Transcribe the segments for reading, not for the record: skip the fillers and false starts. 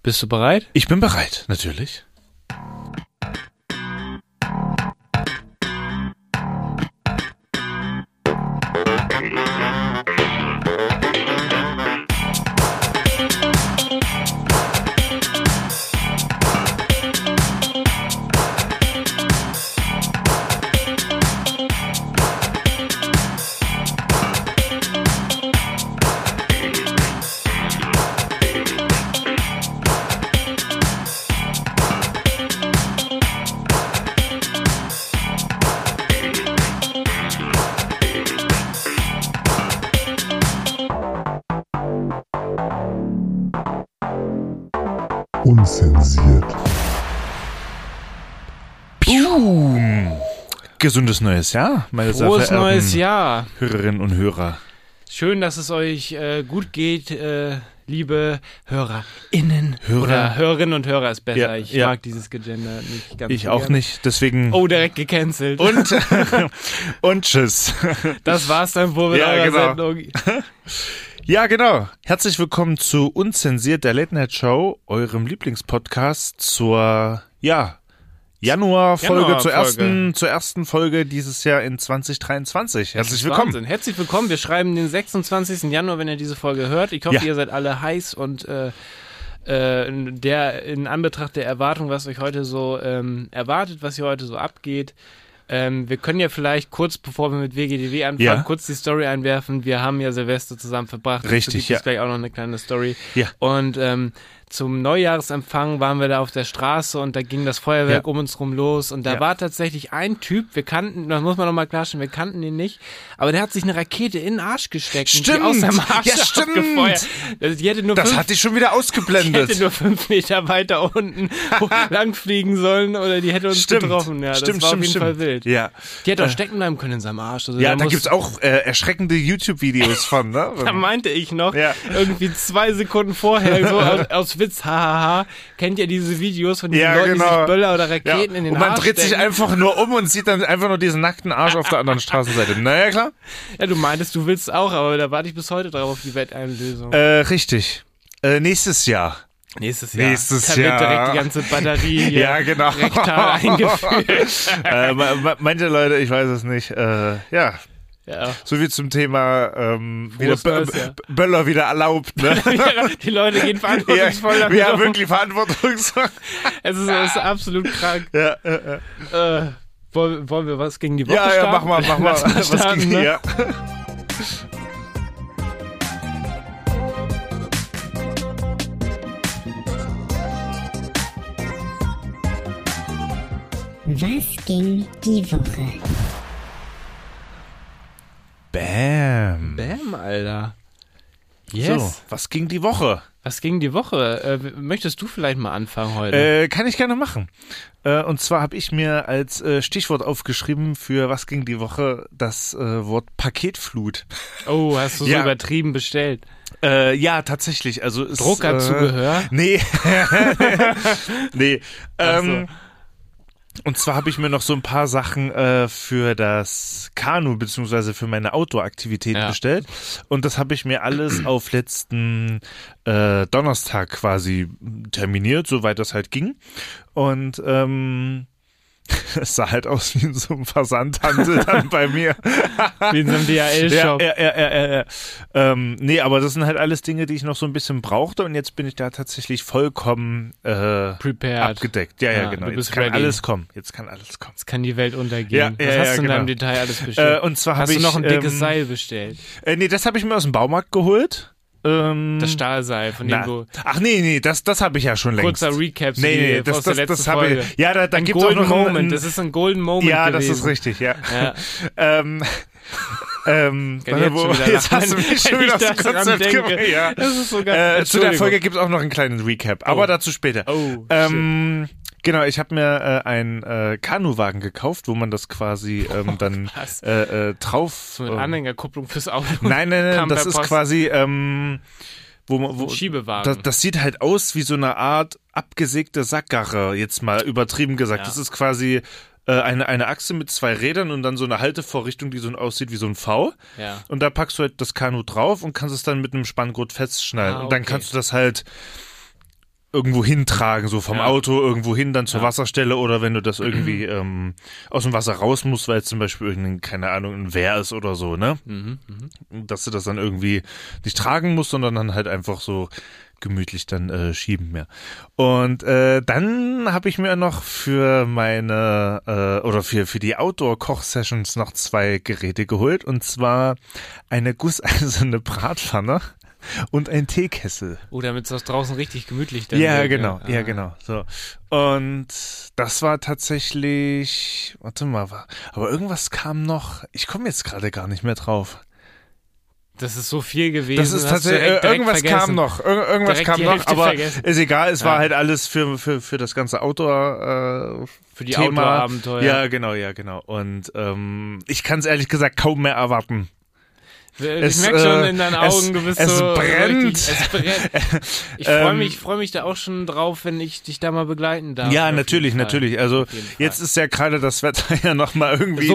Bist du bereit? Ich bin bereit, natürlich. Unzensiert. Gesundes neues Jahr, meine sehr Frohes verehrten neues Jahr. Hörerinnen und Hörer. Schön, dass es euch gut geht, liebe HörerInnen. Hörer. Oder Hörerinnen und Hörer ist besser. Ja, ich ja. mag dieses Gegender nicht ganz Ich so auch gern. nicht, deswegen... Oh, direkt gecancelt. Und tschüss. Das war's dann wohl mit Ja, eurer genau. Sendung. Ja, genau. Herzlich willkommen zu Unzensiert, der Late Night Show, eurem Lieblingspodcast zur, Januarfolge, zur ersten Folge dieses Jahr in 2023. Herzlich willkommen. Wahnsinn. Herzlich willkommen. Wir schreiben den 26. Januar, wenn ihr diese Folge hört. Ich hoffe, ihr seid alle heiß und in Anbetracht der Erwartung, was euch heute so erwartet, was hier heute so abgeht. Wir können ja vielleicht kurz, bevor wir mit WGDW anfangen, kurz die Story einwerfen. Wir haben ja Silvester zusammen verbracht. Richtig, Dazu gibt es gleich auch noch eine kleine Story. Ja. Und zum Neujahresempfang waren wir da auf der Straße und da ging das Feuerwerk um uns rum los und da war tatsächlich ein Typ, wir kannten, das muss man nochmal klarstellen, wir kannten ihn nicht, aber der hat sich eine Rakete in den Arsch gesteckt. Stimmt. Und die aus seinem Arsch Stimmt. abgefeuert. Die hätte nur Das hatte ich schon wieder die ausgeblendet. hätte nur 5 Meter weiter unten lang fliegen sollen oder die hätte uns getroffen. Ja, das war auf jeden Fall wild. Ja, Die hätte auch stecken bleiben können in seinem Arsch. Also da gibt's auch erschreckende YouTube-Videos von, ne? Da meinte ich noch, Ja. irgendwie 2 Sekunden vorher, so aus Witz, hahaha, kennt ihr diese Videos von diesen Leuten, die sich Böller oder Raketen in den Und man Arsch dreht sich stecken? einfach nur um und sieht dann einfach nur diesen nackten Arsch auf der anderen Straßenseite. Naja, klar. Ja, du meintest, du willst auch, aber da warte ich bis heute drauf auf die Wetteinlösung. Richtig. Nächstes Jahr. Nächstes Jahr. Da wird direkt die ganze Batterie hier Ja, genau. rektal eingeführt. Manche Leute, ich weiß es nicht, Ja. so wie zum Thema wieder Neues Jahr. Böller wieder erlaubt, ne? Die Leute gehen verantwortungsvoll damit ja, um. wirklich verantwortungsvoll. Es ist absolut krank. Ja, Wollen wir was gegen die Woche ja, starten? mach mal. Was starten, ging ne? ja. Was ging die Woche? Bam. Bam, Alter. Yes. So, was ging die Woche? Was ging die Woche? Möchtest du vielleicht mal anfangen heute? Kann ich gerne machen. Und zwar habe ich mir als Stichwort aufgeschrieben für was ging die Woche das Wort Paketflut. Oh, hast du so übertrieben bestellt? Ja, tatsächlich. Also Druckerzubehör? Nee. Nee. Ach so. Und zwar habe ich mir noch so ein paar Sachen für das Kanu beziehungsweise für meine Outdoor-Aktivitäten bestellt. Und das habe ich mir alles auf letzten Donnerstag quasi terminiert, soweit das halt ging. Und es sah halt aus wie in so einem Versandhandel dann bei mir. Wie in so einem DHL-Shop. Nee, aber das sind halt alles Dinge, die ich noch so ein bisschen brauchte und jetzt bin ich da tatsächlich vollkommen Prepared. abgedeckt. Ja, genau. Du bist Jetzt kann ready. alles kommen. Jetzt kann die Welt untergehen. Ja, Was hast du in genau. deinem Detail alles bestellt? Und zwar hast habe du noch ich, ein dickes Seil bestellt? Nee, das habe ich mir aus dem Baumarkt geholt. Das Stahlseil, von dem du... Ach nee, das habe ich ja schon längst. Kurzer Recap Nee, aus der letzten Folge. Ich. Ja, da ein gibt's auch Golden noch Moment. Das ist ein Golden Moment ja, gewesen. das ist richtig, ja. Jetzt jetzt hast du mich schon wieder aus dem Konzept gebracht. Ja. Das ist sogar... Zu der Folge gibt's auch noch einen kleinen Recap, aber dazu später. Oh, Genau, ich habe mir einen Kanuwagen gekauft, wo man das quasi dann drauf... So eine Anhängerkupplung fürs Auto. Nein, Kam das per ist Post. quasi... Schiebewagen. Das sieht halt aus wie so eine Art abgesägte Sackkarre, jetzt mal übertrieben gesagt. Ja. Das ist quasi eine Achse mit 2 Rädern und dann so eine Haltevorrichtung, die so aussieht wie so ein V. Ja. Und da packst du halt das Kanu drauf und kannst es dann mit einem Spanngurt festschnallen. Und dann kannst du das halt irgendwo hintragen, so vom Auto irgendwo hin, dann zur Wasserstelle oder wenn du das irgendwie aus dem Wasser raus musst, weil es zum Beispiel irgendein, keine Ahnung, ein Wehr ist oder so, ne? Dass du das dann irgendwie nicht tragen musst, sondern dann halt einfach so gemütlich dann schieben mehr. Und dann habe ich mir noch für meine oder für die Outdoor-Koch-Sessions noch 2 Geräte geholt, und zwar eine gusseiserne Bratpfanne und ein Teekessel. Oh, damit es auch draußen richtig gemütlich dann Ja, wird, genau, ja, genau. So. Und das war tatsächlich, warte mal, aber irgendwas kam noch, ich komme jetzt gerade gar nicht mehr drauf. Das ist so viel gewesen. Das ist tatsächlich, irgendwas kam noch, aber vergessen. Ist egal, es war halt alles für das ganze Outdoor für die Thema. Outdoor-Abenteuer. Ja, genau. Und ich kann es ehrlich gesagt kaum mehr erwarten. Ich merke schon in deinen Augen, du bist es so brennt. Richtig, es brennt. Ich freue mich da auch schon drauf, wenn ich dich da mal begleiten darf. Ja, natürlich. Also jetzt ist ja gerade das Wetter ja nochmal irgendwie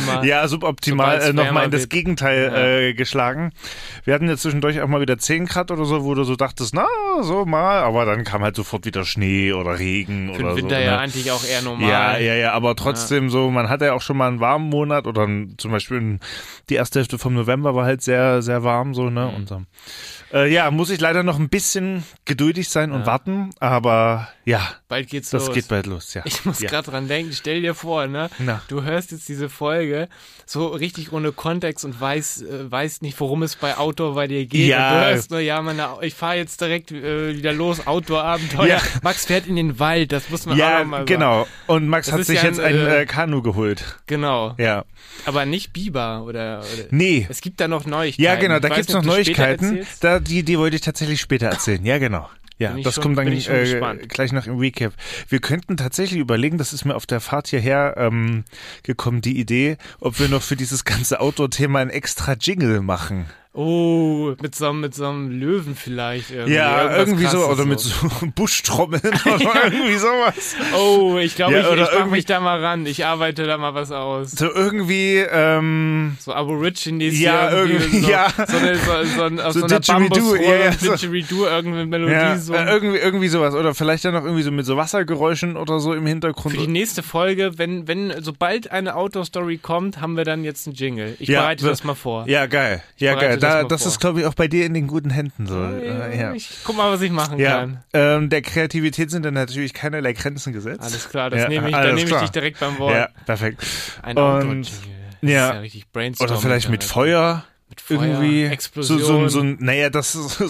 suboptimal nochmal in das Gegenteil geschlagen. Wir hatten jetzt zwischendurch auch mal wieder 10 Grad oder so, wo du so dachtest, na, so mal, aber dann kam halt sofort wieder Schnee oder Regen für oder so. Für den Winter ja eigentlich auch eher normal. Ja, aber trotzdem so, man hatte ja auch schon mal einen warmen Monat oder zum Beispiel die erste Hälfte vom November war halt sehr, sehr warm, so, ne? Und muss ich leider noch ein bisschen geduldig sein und warten, aber ja. Bald geht's los. Das geht bald los, ja. Ich muss gerade dran denken, stell dir vor, ne? Du hörst jetzt diese Folge so richtig ohne Kontext und weißt nicht, worum es bei Outdoor bei dir geht. Ja. Und du hörst nur, ich fahre jetzt direkt wieder los, Outdoor-Abenteuer. Ja. Max fährt in den Wald, das muss man auch noch mal sagen. Genau. Und Max hat sich jetzt ein Kanu geholt. Genau. Ja. Aber nicht Biber oder nee. Es gibt da noch Neuigkeiten. Ja, genau, da gibt's noch Neuigkeiten. Die wollte ich tatsächlich später erzählen. Ja, genau. Ja, das kommt dann gleich noch im Recap. Wir könnten tatsächlich überlegen, das ist mir auf der Fahrt hierher gekommen, die Idee, ob wir noch für dieses ganze Outdoor-Thema ein extra Jingle machen. Oh, mit so einem Löwen vielleicht. Ja, irgendwie so, oder mit so Buschtrommeln oder irgendwie sowas. Oh, ich glaube, ich mach mich da mal ran. Ich arbeite da mal was aus. So irgendwie, so Aborigines. Ja, irgendwie, so einer Bambusrolle, Didgeridoo, irgendeine Melodie. Ja, so. Irgendwie sowas. Oder vielleicht dann noch irgendwie so mit so Wassergeräuschen oder so im Hintergrund. Für die nächste Folge, sobald eine Outdoor-Story kommt, haben wir dann jetzt einen Jingle. Ich bereite das mal vor. Ja, geil. Ja, geil. Das ist, glaube ich, auch bei dir in den guten Händen so. Ja. Ich guck mal, was ich machen kann. Der Kreativität sind dann natürlich keinerlei Grenzen gesetzt. Alles klar, dann nehme ich dich direkt beim Wort. Ja, perfekt. Ein Outdoor-Jingle. Das ist ja richtig Brainstorming. Oder vielleicht mit Feuer. Irgendwie Explosion. Naja, das ist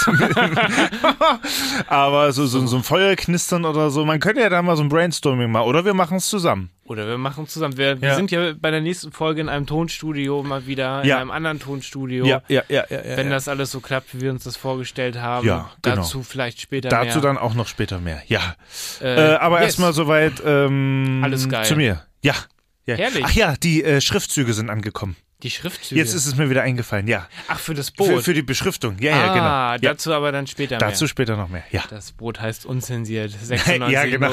aber so ein Feuerknistern oder so. Man könnte ja da mal so ein Brainstorming machen. Oder wir machen es zusammen. Wir sind ja bei der nächsten Folge in einem Tonstudio mal wieder, in einem anderen Tonstudio. Ja. Wenn das alles so klappt, wie wir uns das vorgestellt haben. Ja, genau. Dazu vielleicht später mehr. Dazu dann auch noch später mehr, ja. Aber erstmal soweit alles geil. Zu mir. Ja. Herrlich. Ach ja, die Schriftzüge sind angekommen. Die Schriftzüge? Jetzt ist es mir wieder eingefallen, ja. Ach, für das Boot? Für die Beschriftung, ja, genau. Dazu aber dann später mehr. Dazu später noch mehr, ja. Das Boot heißt unzensiert, 96. Ja, genau.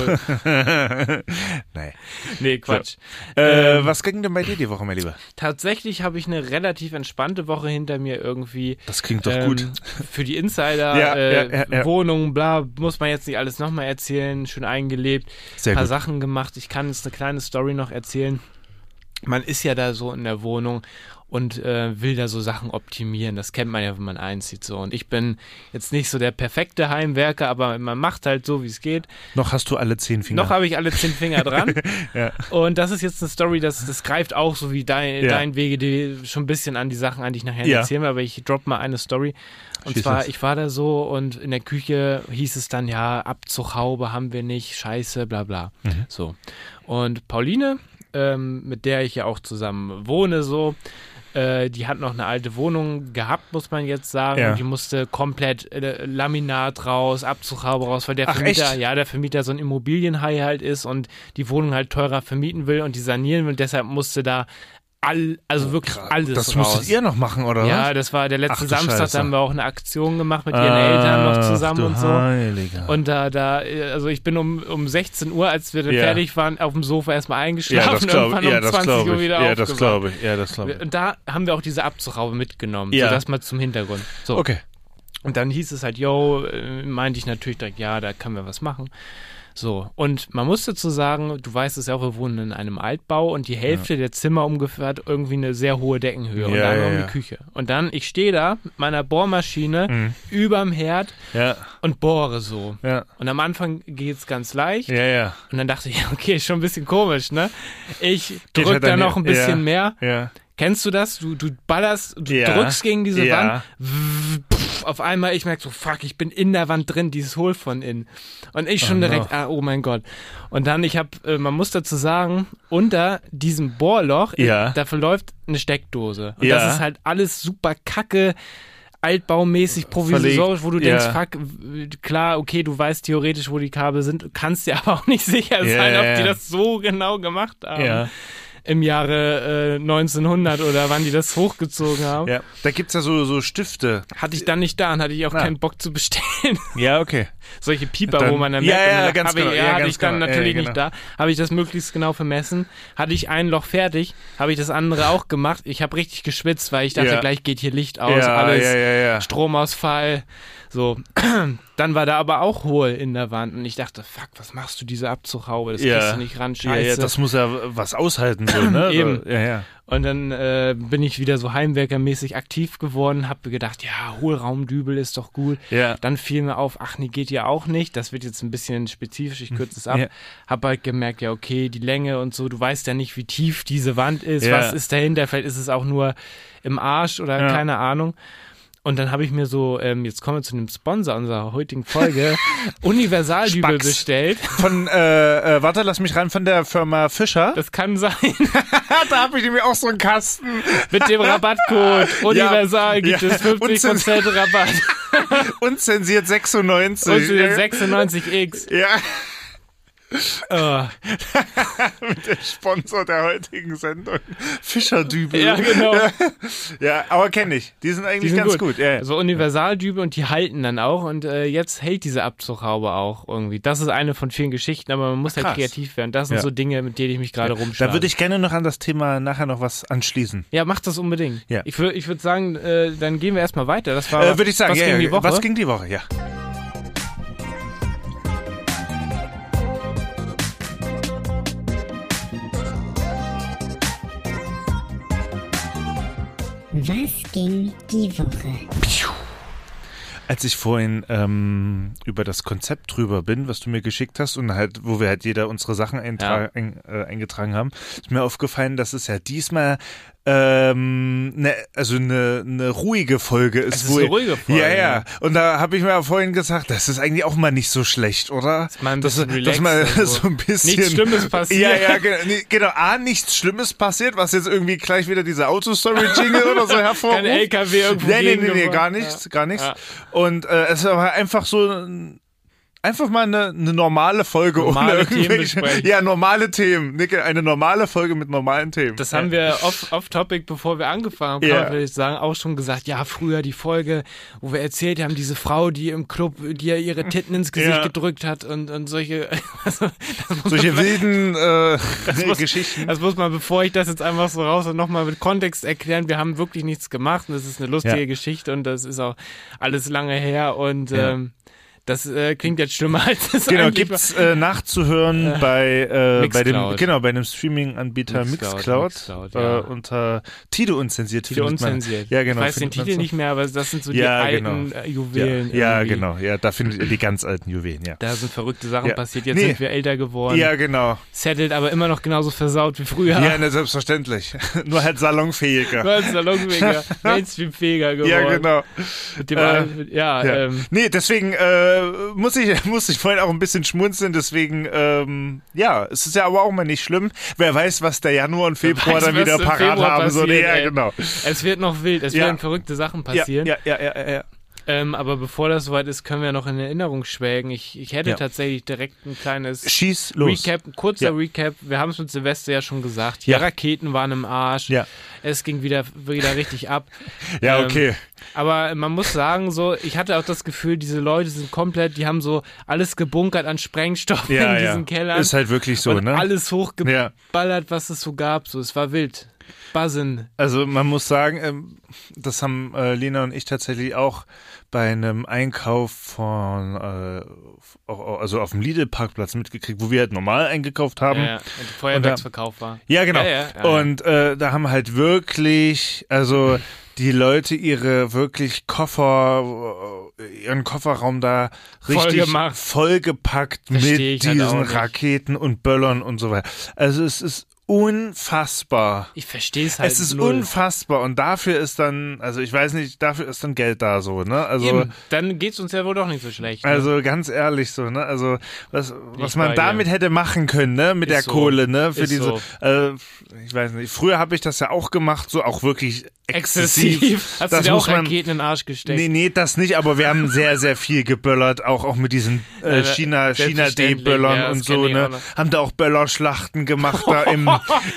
Nee, Quatsch. So. Was ging denn bei dir die Woche, mein Lieber? Tatsächlich habe ich eine relativ entspannte Woche hinter mir irgendwie. Das klingt doch gut. Für die Insider, Wohnung, bla, muss man jetzt nicht alles nochmal erzählen, schön eingelebt, Sehr paar gut. Sachen gemacht. Ich kann jetzt eine kleine Story noch erzählen. Man ist ja da so in der Wohnung und will da so Sachen optimieren. Das kennt man ja, wenn man einzieht. So. Und ich bin jetzt nicht so der perfekte Heimwerker, aber man macht halt so, wie es geht. Noch hast du alle 10 Finger. Noch habe ich alle 10 Finger dran. Ja. Und das ist jetzt eine Story, das greift auch so wie dein Wege, die schon ein bisschen an die Sachen an, die ich nachher erzählen will. Aber ich droppe mal eine Story. Und zwar, ich war da so und in der Küche hieß es dann, ja, Abzughaube haben wir nicht, scheiße, bla bla. So. Und Pauline, mit der ich ja auch zusammen wohne, so, die hat noch eine alte Wohnung gehabt, muss man jetzt sagen. Ja. Und die musste komplett Laminat raus, Abzughaube raus, weil der Vermieter so ein Immobilienhai halt ist und die Wohnung halt teurer vermieten will und die sanieren will. Und deshalb musste da wirklich alles Das raus. musstet ihr noch machen, oder was? Ja, das war der letzte Samstag, Scheiße. da haben wir auch eine Aktion gemacht mit ihren Eltern noch zusammen und so. Heiliger. Und also ich bin um 16 Uhr, als wir dann fertig waren, auf dem Sofa erstmal eingeschlafen, irgendwann um 20 Uhr wieder aufgewacht. Das glaube ich. Und da haben wir auch diese Abzughaube mitgenommen, Ja. so das mal zum Hintergrund. So. Okay. Und dann hieß es halt, meinte ich natürlich direkt, ja, da können wir was machen. So, und man muss dazu sagen, du weißt es ja auch, wir wohnen in einem Altbau und die Hälfte der Zimmer ungefähr hat irgendwie eine sehr hohe Deckenhöhe und dann noch die Küche. Und dann, ich stehe da mit meiner Bohrmaschine überm Herd und bohre so. Ja. Und am Anfang geht's ganz leicht. Ja. Und dann dachte ich, okay, ist schon ein bisschen komisch, ne? Ich drück da noch ein bisschen mehr. Ja. Kennst du das? Du ballerst, du drückst gegen diese Wand. Auf einmal, ich merke so, fuck, ich bin in der Wand drin, die ist hohl von innen. Und ich schon direkt, oh mein Gott. Und dann, man muss dazu sagen, unter diesem Bohrloch, da verläuft eine Steckdose. Und das ist halt alles super kacke, altbaumäßig, provisorisch, wo du denkst, fuck, klar, okay, du weißt theoretisch, wo die Kabel sind, kannst dir aber auch nicht sicher sein, ob die das so genau gemacht haben. Ja. Im Jahre 1900 oder wann die das hochgezogen haben. Ja, da gibt's ja so Stifte. Hatte ich dann nicht da und hatte ich auch keinen Bock zu bestellen. Ja, okay. Solche Pieper, wo man dann merkt, ganz genau. Hatte ich dann natürlich nicht da. Habe ich das möglichst genau vermessen. Hatte ich ein Loch fertig, habe ich das andere auch gemacht. Ich habe richtig geschwitzt, weil ich dachte, gleich geht hier Licht aus, alles, Stromausfall. So, dann war da aber auch hohl in der Wand und ich dachte, fuck, was machst du, diese Abzughaube, das kriegst du nicht ran, scheiße. Ja, das muss ja was aushalten, so, ne? Eben. Ja. Und dann bin ich wieder so heimwerkermäßig aktiv geworden, habe gedacht, ja, Hohlraumdübel ist doch gut. Ja. Dann fiel mir auf, ach nee, geht ja auch nicht, das wird jetzt ein bisschen spezifisch, ich kürze es ab. Ja. Habe halt gemerkt, ja okay, die Länge und so, du weißt ja nicht, wie tief diese Wand ist, was ist dahinter, vielleicht ist es auch nur im Arsch oder keine Ahnung. Und dann habe ich mir so, jetzt kommen wir zu dem Sponsor unserer heutigen Folge, Universaldübel bestellt. Von, warte, lass mich ran, von der Firma Fischer. Das kann sein. Da habe ich nämlich auch so einen Kasten. Mit dem Rabattcode Universal gibt es 50% Rabatt. Unzensiert 96. Unzensiert 96X. Ja. Mit dem Sponsor der heutigen Sendung. Fischerdübel. Ja, genau. Ja, aber kenne ich. Die sind eigentlich ganz gut. Ja. So Universaldübel und die halten dann auch und jetzt hält diese Abzughaube auch irgendwie. Das ist eine von vielen Geschichten, aber man muss halt kreativ werden. Das sind so Dinge, mit denen ich mich gerade rumschlage. Da würde ich gerne noch an das Thema nachher noch was anschließen. Ja, mach das unbedingt. Ja. Ich würd sagen, dann gehen wir erstmal weiter. Das war würde ich sagen, was ging die Woche? Was ging die Woche, ja. Was ging die Woche? Als ich vorhin über das Konzept drüber bin, was du mir geschickt hast und halt, wo wir halt jeder unsere Sachen eingetragen haben, ist mir aufgefallen, dass es ja diesmal eine ruhige Folge ist. Es ist eine ruhige Folge. Ja. Und da habe ich mir vorhin gesagt, das ist eigentlich auch mal nicht so schlecht, oder? Dass mal so ein bisschen... Nichts Schlimmes passiert. Ja, genau. Nichts Schlimmes passiert, was jetzt irgendwie gleich wieder diese Autostory-Jingle oder so hervorruft. Kein LKW irgendwo Nee, gar nichts. Ja. Und es war einfach so... Einfach mal eine normale Folge ohne irgendwelche... Ja, normale Themen. Nicke, eine normale Folge mit normalen Themen. Das haben wir off-topic, bevor wir angefangen haben, kann man vielleicht sagen, auch schon gesagt, ja, früher die Folge, wo wir erzählt haben, diese Frau, die im Club, die ja ihre Titten ins Gesicht gedrückt hat und solche... solche wilden Geschichten. Das muss man, bevor ich das jetzt einfach so raus und nochmal mit Kontext erklären, wir haben wirklich nichts gemacht und das ist eine lustige Geschichte und das ist auch alles lange her und... Das klingt jetzt schlimmer als es Genau, gibt's nachzuhören bei dem Streaming-Anbieter Mixcloud. Unter Tide Unzensiert. Tide Unzensiert. Ja, genau. Ich weiß den Titel nicht mehr, aber das sind so die alten Juwelen. Ja, genau. Ja, da findet ihr die ganz alten Juwelen, ja. Da sind verrückte Sachen passiert. Jetzt sind wir älter geworden. Ja, genau. Settled, aber immer noch genauso versaut wie früher. Ja, selbstverständlich. Nur halt salonfähiger. Mainstream-fähiger geworden. Ja, genau. Mit dem, nee, deswegen muss ich vorhin auch ein bisschen schmunzeln, deswegen, es ist ja aber auch mal nicht schlimm. Wer weiß, was der Januar und Februar dann wieder parat haben. Genau. Es wird noch wild, es werden verrückte Sachen passieren. Ja. Aber bevor das soweit ist, können wir noch in Erinnerung schwelgen. Ich hätte tatsächlich direkt ein kleines Recap, ein kurzer Recap. Wir haben es mit Silvester ja schon gesagt. Die Raketen waren im Arsch. Ja. Es ging wieder richtig ab. Ja, okay. Aber man muss sagen, so, ich hatte auch das Gefühl, diese Leute sind komplett, die haben so alles gebunkert an Sprengstoff in diesen Kellern. Ist halt wirklich so, und ne? alles hochgeballert, was es so gab. So, es war wild. buzzen. Also man muss sagen, das haben Lena und ich tatsächlich auch bei einem Einkauf von, also auf dem Lidl-Parkplatz mitgekriegt, wo wir halt normal eingekauft haben. Ja, und Feuerwerksverkauf war. Ja, genau. Ja. Und da haben halt wirklich, also die Leute ihren Kofferraum da richtig vollgepackt mit diesen Raketen und Böllern und so weiter. Also es ist unfassbar. Ich verstehe es halt. Es ist unfassbar und dafür ist dann, also ich weiß nicht, dafür ist dann Geld da so, ne? Also eben, dann geht's uns ja wohl doch nicht so schlecht. Ne? Also ganz ehrlich so, ne? Also was man damit hätte machen können, ne? Mit der Kohle, ne? Für diese, ich weiß nicht. Früher habe ich das ja auch gemacht, so auch wirklich exzessiv. Hast du dir auch Raketen in den Arsch gesteckt? Nee, das nicht, aber wir haben sehr, sehr viel geböllert, auch mit diesen China-D-Böllern und so, ne? Haben da auch Böllerschlachten gemacht, da im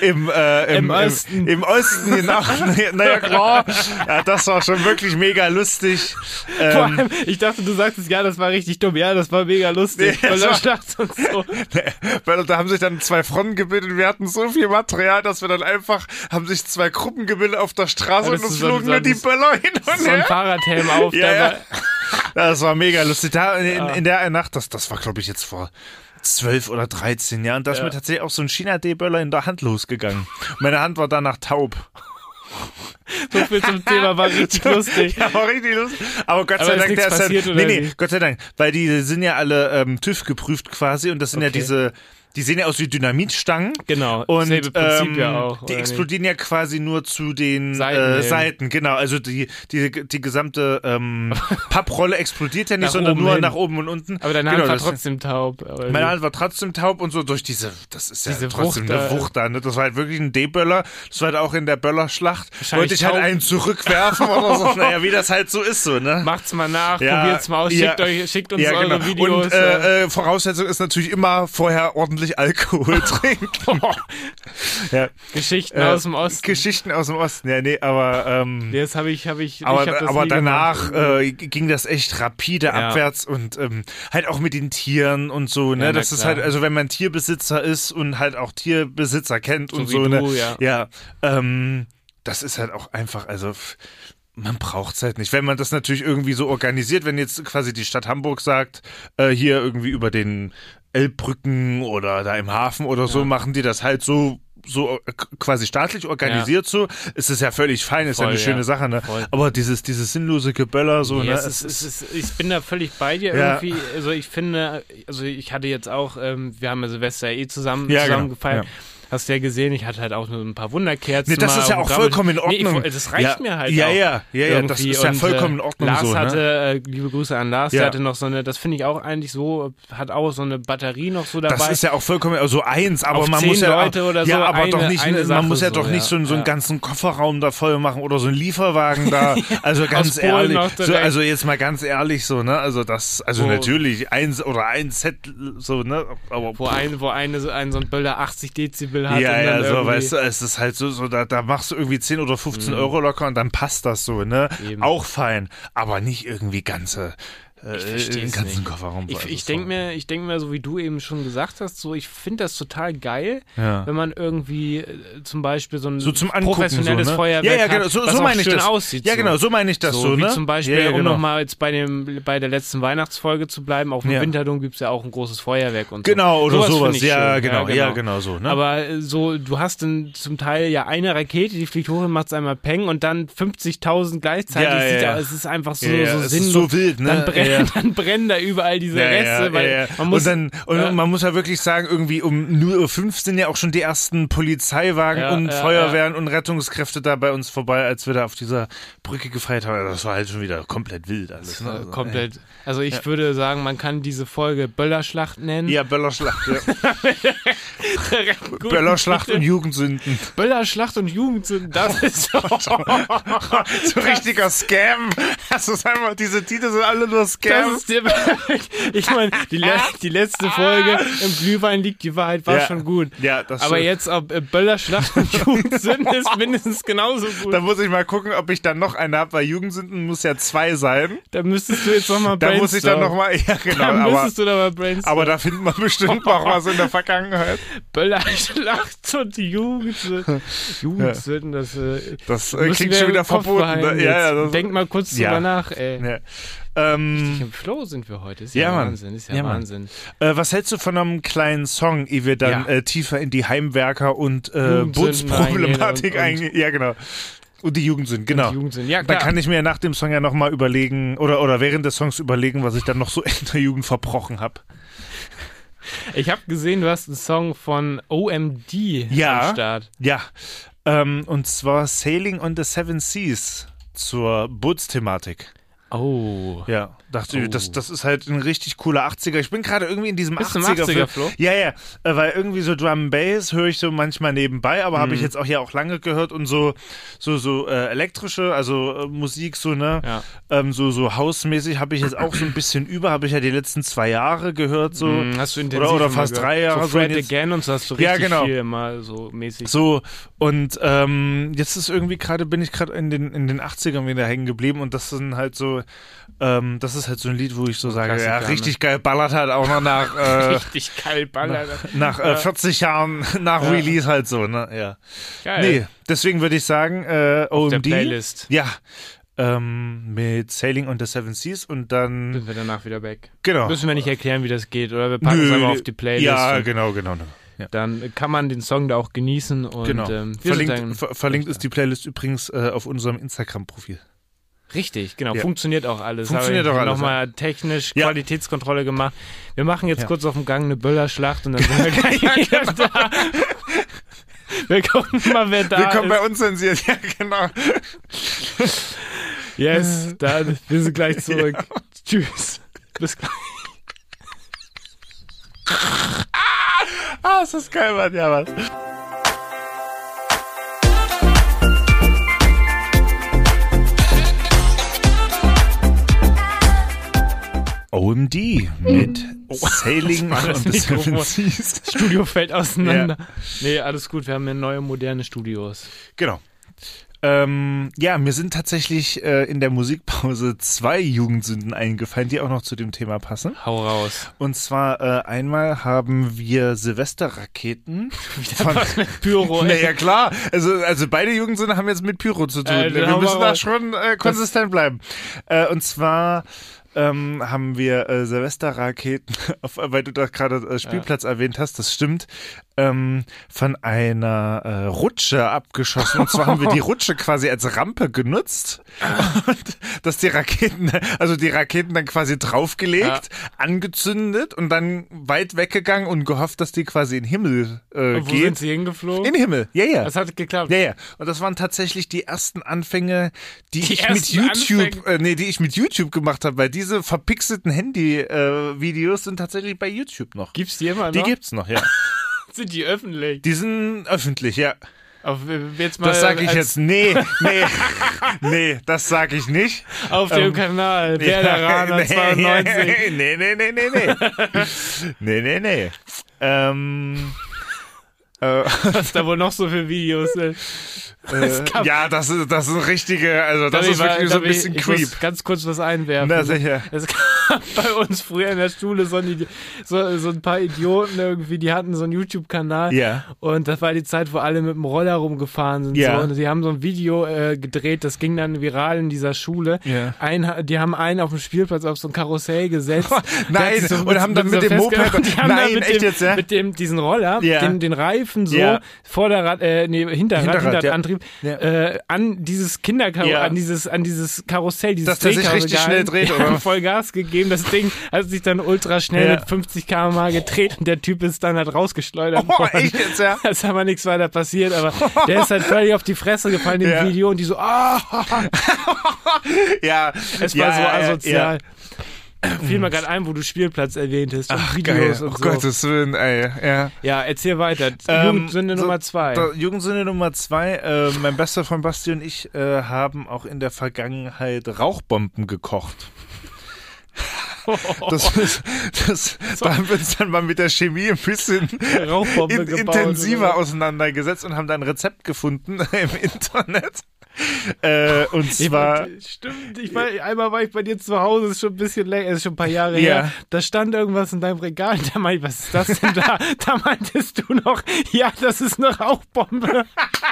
Osten. Im Osten, genau. Naja, klar. Ja, das war schon wirklich mega lustig. Vor allem, ich dachte, du sagtest, ja, das war richtig dumm. Ja, das war mega lustig. Böllerschlacht und so. Weil da haben sich dann 2 Fronten gebildet. Wir hatten so viel Material, dass wir dann einfach, haben sich 2 Gruppen gebildet auf der Straße und uns flogen nur die Böller hin und her. So ein Fahrradhelm auf. Ja. Das war mega lustig. Da in der Nacht, das war, glaube ich, jetzt vor 12 oder 13 Jahren, da ist mir tatsächlich auch so ein China-D-Böller in der Hand losgegangen. Meine Hand war danach taub. So viel zum Thema, war richtig lustig. Ja, war richtig lustig. Aber Gott sei Dank, der ist halt, nee, Gott sei Dank, weil die sind ja alle TÜV geprüft quasi und das sind ja diese, die sehen ja aus wie Dynamitstangen. Genau, und selbe Prinzip ja auch. Die explodieren ja quasi nur zu den Seiten, genau. Also die gesamte Papprolle explodiert ja nicht, sondern nur nach oben und unten. Aber deine Hand war trotzdem taub. Meine Hand war trotzdem taub und so durch das ist ja trotzdem eine Wucht da, ne? Das war halt wirklich ein D-Böller. Das war halt auch in der Böllerschlacht. Wollte ich halt einen zurückwerfen oder so. Naja, wie das halt so ist, so, ne? Macht's mal nach, probiert's mal aus, schickt uns eure Videos. Und Voraussetzung ist natürlich immer vorher ordentlich Alkohol trinken. Geschichten aus dem Osten. Geschichten aus dem Osten, ja, nee, aber das habe ich aber danach ging das echt rapide abwärts und halt auch mit den Tieren und so, ne, das ist halt, also wenn man Tierbesitzer ist und halt auch Tierbesitzer kennt und so, ne, das ist halt auch einfach, also man braucht's halt nicht. Wenn man das natürlich irgendwie so organisiert, wenn jetzt quasi die Stadt Hamburg sagt, hier irgendwie über den Elbbrücken oder da im Hafen oder so, machen die das halt so quasi staatlich organisiert so, ist es ja völlig fein, ist ja eine schöne Sache, ne? Voll. Aber dieses sinnlose Geböller so, ne? Ich bin da völlig bei dir irgendwie, also ich finde, also ich hatte jetzt auch, wir haben ja Silvester zusammen gefeiert. Ja. Hast du ja gesehen, ich hatte halt auch nur ein paar Wunderkerzen. Nee, das ist ja auch vollkommen in Ordnung. Das reicht mir halt auch. Ja, das ist ja vollkommen in Ordnung. Lars so, hatte, liebe Grüße an Lars, der hatte noch so eine, das finde ich auch eigentlich so, hat auch so eine Batterie noch so dabei. Das ist ja auch vollkommen, also eins, aber auf man 10 muss ja Leute oder so, aber doch nicht, man muss ja doch nicht so einen ganzen Kofferraum da voll machen oder so einen Lieferwagen da, also ganz ehrlich, also jetzt mal ganz ehrlich so, ne, also natürlich ein Set, so, ne, aber wo so ein Böller 80 Dezibel hat. Ja, so, weißt du, es ist halt so da machst du irgendwie 10 oder 15 Euro locker und dann passt das so, ne? Eben. Auch fein, aber nicht irgendwie ganze den ganzen Kofferraum. Ich denke mir, so wie du eben schon gesagt hast, so ich finde das total geil, wenn man irgendwie zum Beispiel so ein professionelles so, ne? Feuerwerk genau, hat, so was meine auch schön aussieht. Ja, genau, so meine ich das so, wie ne? zum Beispiel, um nochmal jetzt bei der letzten Weihnachtsfolge zu bleiben, auf dem Winterdom gibt es ja auch ein großes Feuerwerk und so. Genau, oder sowas, genau. genau so, ne? Aber so, du hast dann zum Teil ja eine Rakete, die fliegt hoch und macht einmal Peng und dann 50.000 gleichzeitig. Es ist einfach so sinnlos. Es ist so wild, ne? Dann brennen da überall diese Reste, weil man muss und man muss ja wirklich sagen, irgendwie um 0:05 Uhr sind ja auch schon die ersten Polizeiwagen und Feuerwehren und Rettungskräfte da bei uns vorbei, als wir da auf dieser Brücke gefeiert haben. Das war halt schon wieder komplett wild alles. Ne? Komplett. Also ich würde sagen, man kann diese Folge Böllerschlacht nennen. Ja, Böllerschlacht, Böllerschlacht und Jugendsünden. Böllerschlacht und Jugendsünden, das ist so richtiger Scam. Also sag mal, diese Titel sind alle nur Scams. Ich meine, die letzte Folge im Glühwein liegt die Wahrheit war schon gut. Ja, das aber stimmt. jetzt, ob Böllerschlacht und Jugendsünden ist mindestens genauso gut. Da muss ich mal gucken, ob ich dann noch eine habe, weil Jugendsünden muss ja 2 sein. Da müsstest du jetzt nochmal brainstormen. Da muss ich dann nochmal, ja genau. Da müsstest du da mal brainstormen. Aber da findet man bestimmt noch was in der Vergangenheit. Böllerschlacht und Jugendsünden. Jugendsünden, das klingt schon wieder verboten. Ne? Ja, denk mal kurz drüber nach, ey. Ja. Richtig im Flow sind wir heute. Ist ja Wahnsinn. Ist ja Wahnsinn. Was hältst du von einem kleinen Song, ehe wir dann tiefer in die Heimwerker und Bootsproblematik eingehen? Ja, genau. Und die Jugendsünden, genau. Die Jugendsünden. Ja, klar. Da kann ich mir nach dem Song ja nochmal überlegen, oder während des Songs überlegen, was ich dann noch so in der Jugend verbrochen habe. Ich habe gesehen, du hast einen Song von OMD am Start. Ja, und zwar Sailing on the Seven Seas zur Bootsthematik. Oh. Ja, dachte ich, das ist halt ein richtig cooler 80er. Ich bin gerade irgendwie in diesem 80er-Flow. Ja, weil irgendwie so Drum and Bass höre ich so manchmal nebenbei, aber habe ich jetzt auch lange gehört und so elektrische, also Musik so, ne? Ja. So hausmäßig habe ich jetzt auch so ein bisschen habe ich ja die letzten 2 Jahre gehört, so. Hast du intensiv oder fast 3 Jahre. So Fred Again und so hast du richtig viel mal so mäßig. So, und jetzt ist irgendwie bin ich gerade in den 80ern wieder hängen geblieben und das sind halt so, das ist halt so ein Lied, wo ich so sage, Klassiker, richtig geil ballert halt auch noch nach richtig geil ballert. Nach 40 Jahren nach Release halt so, ne? Ja. Geil. Nee, deswegen würde ich sagen, auf OMD. der Playlist. Ja. Mit Sailing on the Seven Seas und dann sind wir danach wieder back. Genau. Müssen wir nicht erklären, wie das geht, oder wir packen es einfach auf die Playlist. Ja, genau. Ja. Dann kann man den Song da auch genießen und genau. Verlinkt ist die Playlist übrigens auf unserem Instagram-Profil. Richtig, genau. Ja. Funktioniert auch alles. Funktioniert auch alles. Nochmal technisch Qualitätskontrolle gemacht. Wir machen jetzt kurz auf dem Gang eine Böllerschlacht und dann sind wir gleich da. Wir gucken mal, wer da ist. Wir kommen bei uns zensiert. Ja, genau. Yes, dann wir sind gleich zurück. Ja. Tschüss. Bis gleich. Ist das geil, Mann. Ja, Mann. OMD mit Sailing on the Seven Seas. Das Studio fällt auseinander. Ja. Nee, alles gut, wir haben ja neue, moderne Studios. Genau. Mir sind tatsächlich in der Musikpause 2 Jugendsünden eingefallen, die auch noch zu dem Thema passen. Hau raus. Und zwar einmal haben wir Silvesterraketen. Mit Pyro. Naja, klar. Also beide Jugendsünden haben jetzt mit Pyro zu tun. Wir müssen da schon konsistent bleiben. Und zwar haben wir Silvesterraketen, weil du da gerade Spielplatz erwähnt hast, das stimmt, von einer Rutsche abgeschossen. Und zwar haben wir die Rutsche quasi als Rampe genutzt und dass die Raketen dann quasi draufgelegt, angezündet und dann weit weggegangen und gehofft, dass die quasi in den Himmel gehen. Wo sind sie hingeflogen? In den Himmel, ja. Das hat geklappt. Ja. Und das waren tatsächlich die ersten Anfänge, die ich mit YouTube gemacht habe, weil diese verpixelten Handy-Videos sind tatsächlich bei YouTube noch. Gibt's die immer noch? Die gibt's noch, ja. Sind die öffentlich? Die sind öffentlich, ja. Jetzt mal das sage ich jetzt, nee, das sage ich nicht. Auf dem Kanal, Werderaner 92. Nee. Was da wohl noch so für Videos sind. Das ist richtige, also das ist wirklich so ein bisschen creep. Ich muss ganz kurz was einwerfen. Na sicher. Es gab bei uns früher in der Schule so ein paar Idioten irgendwie, die hatten so einen YouTube-Kanal. Ja. Und das war die Zeit, wo alle mit dem Roller rumgefahren sind. Ja. So. Und sie haben so ein Video gedreht, das ging dann viral in dieser Schule. Ja. Die haben einen auf dem Spielplatz auf so ein Karussell gesetzt. Nein, und haben dann mit dem Moped, mit diesen Roller, den Reifen so, Hinterradantrieb, an dieses an dieses Karussell, dieses dass der sich richtig schnell dreht, oder? Voll Gas gegeben. Das Ding hat sich dann ultra schnell mit 50 km/h gedreht und der Typ ist dann halt rausgeschleudert worden. Echt jetzt, ja? Da ist aber nichts weiter passiert, aber der ist halt völlig auf die Fresse gefallen im Video und die so, Ja. Es war so asozial. Fiel mir gerade ein, wo du Spielplatz erwähntest. Ach, Videos geil. und Oh so. Gottes Willen, ey. Ja. Ja, erzähl weiter. Jugendsünde Nummer 2. Jugendsünde Nummer 2. Mein bester Freund Basti und ich haben auch in der Vergangenheit Rauchbomben gekocht. Da haben wir uns dann mal mit der Chemie ein bisschen intensiver auseinandergesetzt und haben dann ein Rezept gefunden im Internet. Und zwar. Stimmt, einmal war ich bei dir zu Hause, ist schon ein bisschen länger, ist schon ein paar Jahre her. Da stand irgendwas in deinem Regal, da meinte ich, was ist das denn da? Da meintest du noch, ja, das ist eine Rauchbombe.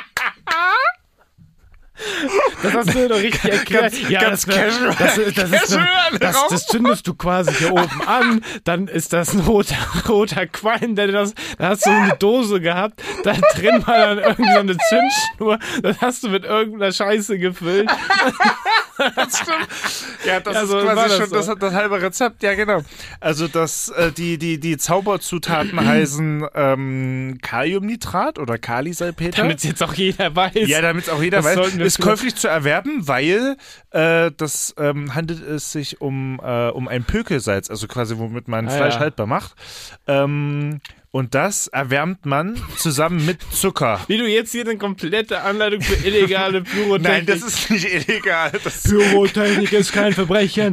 Das hast du doch richtig erklärt. Ganz casual. Das zündest du quasi hier oben an, dann ist das ein roter Qualm, da hast du eine Dose gehabt, da drin war dann irgendeine Zündschnur, das hast du mit irgendeiner Scheiße gefüllt. Das stimmt. Ja, das ist quasi schon so. das halbe Rezept, ja genau. Also die Zauberzutaten heißen Kaliumnitrat oder Kalisalpeter. Damit es jetzt auch jeder weiß. Ja, damit es auch jeder weiß. Ist käuflich zu erwerben, weil das handelt es sich um ein Pökelsalz, also quasi womit man Fleisch haltbar macht. Und das erwärmt man zusammen mit Zucker. Wie du jetzt hier eine komplette Anleitung für illegale Pyrotechnik. Nein, das ist nicht illegal. Pyrotechnik ist kein Verbrechen.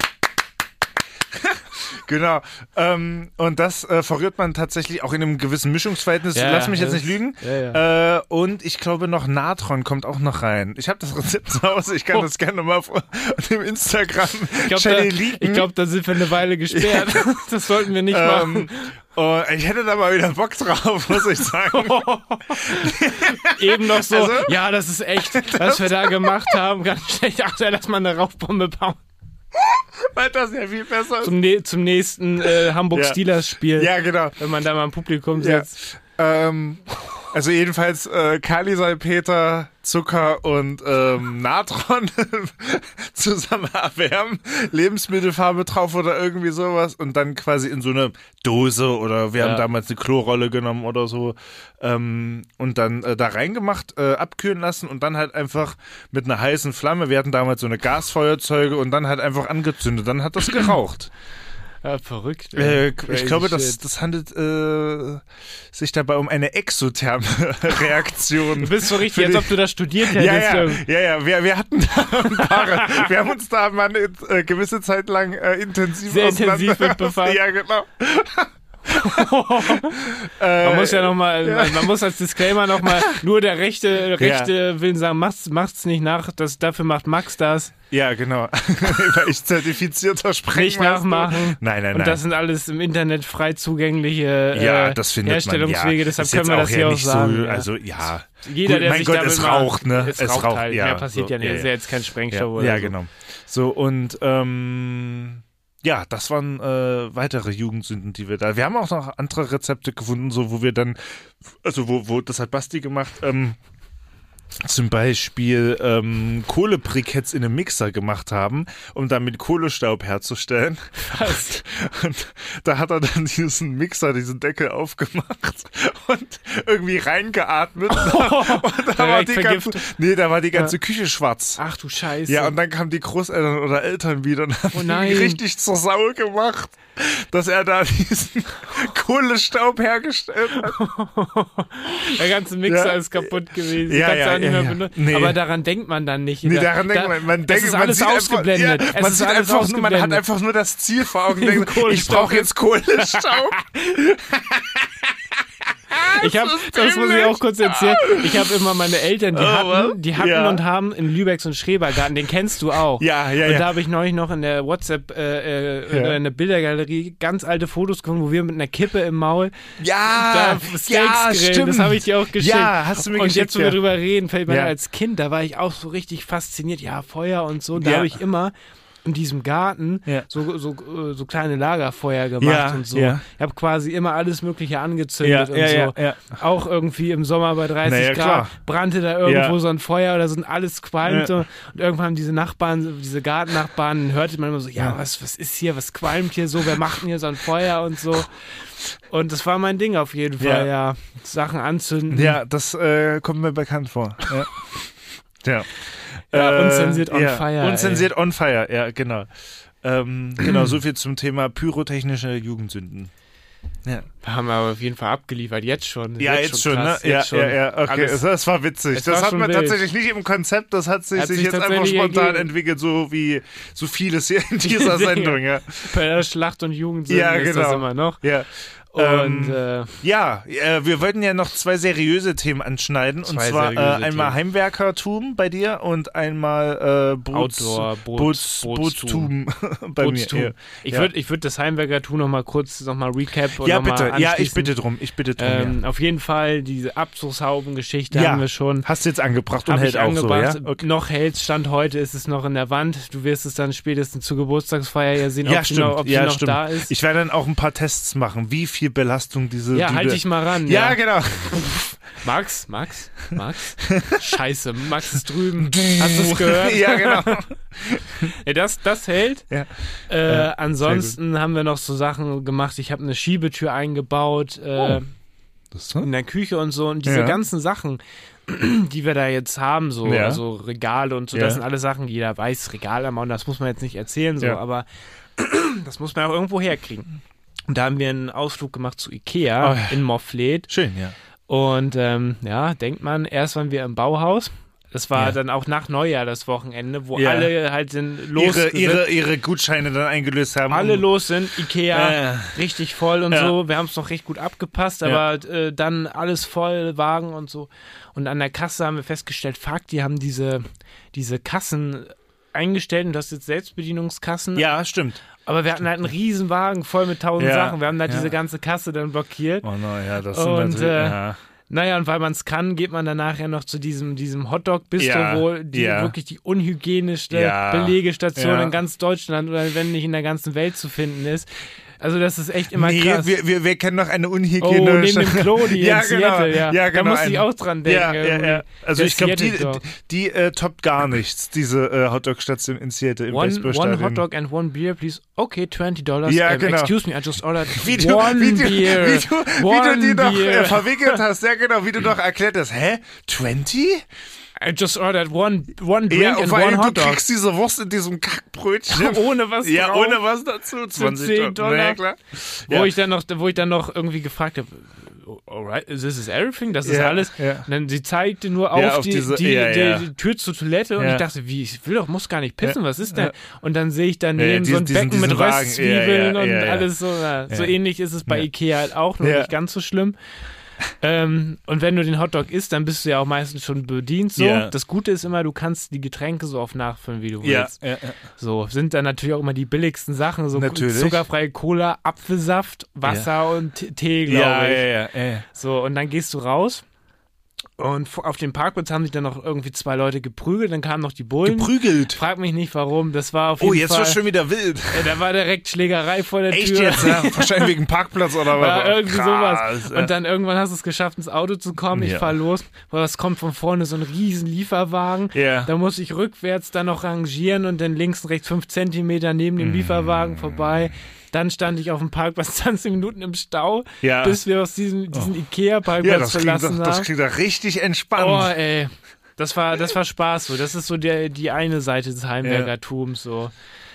Genau. Und das verrührt man tatsächlich auch in einem gewissen Mischungsverhältnis. Lass mich jetzt nicht lügen. Ja. Und ich glaube noch Natron kommt auch noch rein. Ich habe das Rezept zu Hause. Ich kann das gerne nochmal auf dem Instagram-Channel liegen. Ich glaube, da sind wir eine Weile gesperrt. Das sollten wir nicht machen. Oh, ich hätte da mal wieder Bock drauf, muss ich sagen. Eben noch so, also, ja, das ist echt, was wir da gemacht haben. Ganz schlecht. Ach, lass mal eine Rauchbombe bauen. Weil das ja viel besser ist. Zum nächsten Hamburg-Steelers-Spiel. Ja, genau. Wenn man da mal im Publikum sitzt. Also jedenfalls Kalisalpeter, Zucker und Natron zusammen erwärmen, Lebensmittelfarbe drauf oder irgendwie sowas und dann quasi in so eine Dose oder wir haben damals eine Klorolle genommen oder so und dann da reingemacht, abkühlen lassen und dann halt einfach mit einer heißen Flamme, wir hatten damals so eine Gasfeuerzeuge und dann halt einfach angezündet, dann hat das geraucht. Ja, verrückt. Ich glaube, das handelt sich dabei um eine exotherme Reaktion. Du bist so richtig, als ob du das studiert hättest. Ja. Wir hatten da ein paar. Wir haben uns da mal eine gewisse Zeit lang intensiv mit befasst. Ja, genau. Man muss ja nochmal, man muss als Disclaimer nochmal, nur der Rechte will sagen, macht's nicht nach, dafür macht Max das. Ja, genau. Weil ich zertifizierter Sprengmeister. Nicht nachmachen. Nein. Und das sind alles im Internet frei zugängliche Man, Herstellungswege, deshalb können wir das hier auch sagen. So, also, ja. Jeder, gut, der mein sich Gott, damit es raucht, ne? Es raucht halt. Ja, mehr passiert so, ja nicht. Es ist ja jetzt kein Sprengstoff oder so. Ja, genau. So, und ja, das waren weitere Jugendsünden, die wir da. Wir haben auch noch andere Rezepte gefunden, so wo wir dann, also wo das hat Basti gemacht, zum Beispiel Kohlebriketts in einem Mixer gemacht haben, um damit Kohlestaub herzustellen. Was? Und da hat er dann diesen Deckel aufgemacht und irgendwie reingeatmet. Und da war die ganze Küche schwarz. Ach du Scheiße. Ja, und dann kamen die Großeltern oder Eltern wieder und haben ihn richtig zur Sau gemacht, dass er da diesen Kohlestaub hergestellt hat. Der ganze Mixer ist kaputt gewesen. Ja. Nee. Aber daran denkt man dann nicht. Nee, daran denkt man. Es ist alles ausgeblendet. Man hat einfach nur das Ziel vor Augen. Ich brauche jetzt Kohlestaub. Das muss ich auch kurz erzählen. Ich habe immer meine Eltern, die hatten und haben in Lübeck so einen Schrebergarten, den kennst du auch. Ja. Und da habe ich neulich noch in der WhatsApp in der Bildergalerie ganz alte Fotos gefunden, wo wir mit einer Kippe im Maul Steaks grillen. Stimmt. Das habe ich dir auch geschickt. Ja, hast du mir geschickt. Und jetzt, wo wir drüber reden, fällt mir als Kind, da war ich auch so richtig fasziniert. Ja, Feuer und so. Da habe ich immer in diesem Garten so kleine Lagerfeuer gemacht und so. Ja. Ich habe quasi immer alles Mögliche angezündet und so. Ja. Auch irgendwie im Sommer bei 30 Grad brannte da irgendwo so ein Feuer oder so und alles qualmte. Und irgendwann haben diese Gartennachbarn, hörte man immer so, was ist hier, was qualmt hier so, wer macht denn hier so ein Feuer und so. Und das war mein Ding auf jeden Fall, Sachen anzünden. Ja, das kommt mir bekannt vor. Ja. Unzensiert on fire. Unzensiert on fire, ja, genau. Genau, so viel zum Thema pyrotechnische Jugendsünden. Ja. Wir haben aber auf jeden Fall abgeliefert, jetzt schon. Ja, jetzt schon, krass, ne? Ja, okay. Das war witzig. Das hat man tatsächlich nicht im Konzept, das hat sich jetzt einfach spontan entwickelt, so wie so vieles hier in dieser Sendung, ja. Bei der Schlacht und Jugendsünden ist das immer noch. Ja. Und wir wollten ja noch 2 seriöse Themen anschneiden. Und zwar einmal Heimwerkertum bei dir und einmal Bootstum bei mir. Ich würde das Heimwerkertum noch mal kurz recap und ja, bitte. Ja, ich bitte drum. Auf jeden Fall, diese Abzugshauben-Geschichte haben wir schon. Hast du jetzt angebracht und hält auch so, ja? Okay. Noch hält, Stand heute ist es noch in der Wand. Du wirst es dann spätestens zur Geburtstagsfeier ja sehen, ob sie noch da ist. Ich werde dann auch ein paar Tests machen, wie viel Belastung diese... Ja, halt dich mal ran. Ja, genau. Max? Scheiße, Max ist drüben. Hast du es gehört? Ja, genau. Ja, das hält. Ja. Ansonsten haben wir noch so Sachen gemacht. Ich habe eine Schiebetür eingebaut in der Küche und so. Und diese ganzen Sachen, die wir da jetzt haben, so also Regale und so, das sind alle Sachen, jeder weiß, Regalermauern, das muss man jetzt nicht erzählen, so, aber das muss man auch irgendwo herkriegen. Und da haben wir einen Ausflug gemacht zu Ikea in Moffleth. Schön, ja. Und denkt man, erst waren wir im Bauhaus. Das war dann auch nach Neujahr das Wochenende, wo alle halt ihre Gutscheine dann eingelöst haben. Alle los sind, Ikea, richtig voll und so. Wir haben es noch recht gut abgepasst, aber dann alles voll, Wagen und so. Und an der Kasse haben wir festgestellt, die haben diese Kassen eingestellt und das ist jetzt Selbstbedienungskassen. Ja, stimmt. Aber wir hatten halt einen riesen Wagen voll mit 1000 Sachen. Wir haben da diese ganze Kasse dann blockiert. Oh no, ja, das sind natürlich... Naja, und weil man es kann, geht man dann nachher noch zu diesem Hotdog-Bistro, wo wirklich die unhygienischste Belegestation in ganz Deutschland oder wenn nicht in der ganzen Welt zu finden ist. Also das ist echt immer krass. Wir kennen noch eine unhygienische... Oh, neben dem Klo, die in Seattle, ja, genau. Da muss ich auch dran denken. Ja. Also ich glaube, die toppt gar nichts, diese Hotdog-Station in Seattle im Baseballstadion. One Hotdog and one beer, please. Okay, $20. Ja, genau. Excuse me, I just ordered Wie du die noch verwickelt hast. Ja, genau, wie du noch erklärt hast. Hä? 20? I just ordered one drink and one Hotdog. Du kriegst diese Wurst in diesem Kackbrötchen. Ohne was drauf. Ja, ohne was dazu. $20. Ja, klar. Wo ich dann noch irgendwie gefragt habe, alright, this is everything? Das ist alles? Ja. Und dann sie zeigte nur auf die Tür zur Toilette und ich dachte, muss gar nicht pissen, was ist denn? Ja. Und dann sehe ich daneben so ein Becken mit Röstzwiebeln und alles so. So ähnlich ist es bei Ikea halt auch, nur nicht ganz so schlimm. Und wenn du den Hotdog isst, dann bist du ja auch meistens schon bedient. So. Yeah. Das Gute ist immer, du kannst die Getränke so oft nachfüllen, wie du willst. So sind dann natürlich auch immer die billigsten Sachen, so zuckerfreie Cola, Apfelsaft, Wasser und Tee, glaube ich. So, und dann gehst du raus. Und auf dem Parkplatz haben sich dann noch irgendwie 2 Leute geprügelt, dann kamen noch die Bullen. Geprügelt? Frag mich nicht, warum. Das war auf jeden Fall... Oh, jetzt wird schon wieder wild. Ja, da war direkt Schlägerei vor der Tür. Echt jetzt? Ja? Wahrscheinlich wegen Parkplatz oder was? Ja, irgendwie sowas. Und dann irgendwann hast du es geschafft, ins Auto zu kommen. Ich fahr los. Es kommt von vorne so ein riesen Lieferwagen. Ja. Da muss ich rückwärts dann noch rangieren und dann links und rechts 5 Zentimeter neben dem Lieferwagen vorbei. Dann stand ich auf dem Parkplatz 20 Minuten im Stau, bis wir aus diesen Ikea-Parkplatz verlassen haben. Das klingt doch richtig entspannt. Oh, ey. Das war Spaß so. Das ist so die eine Seite des Heimwerkertums. So.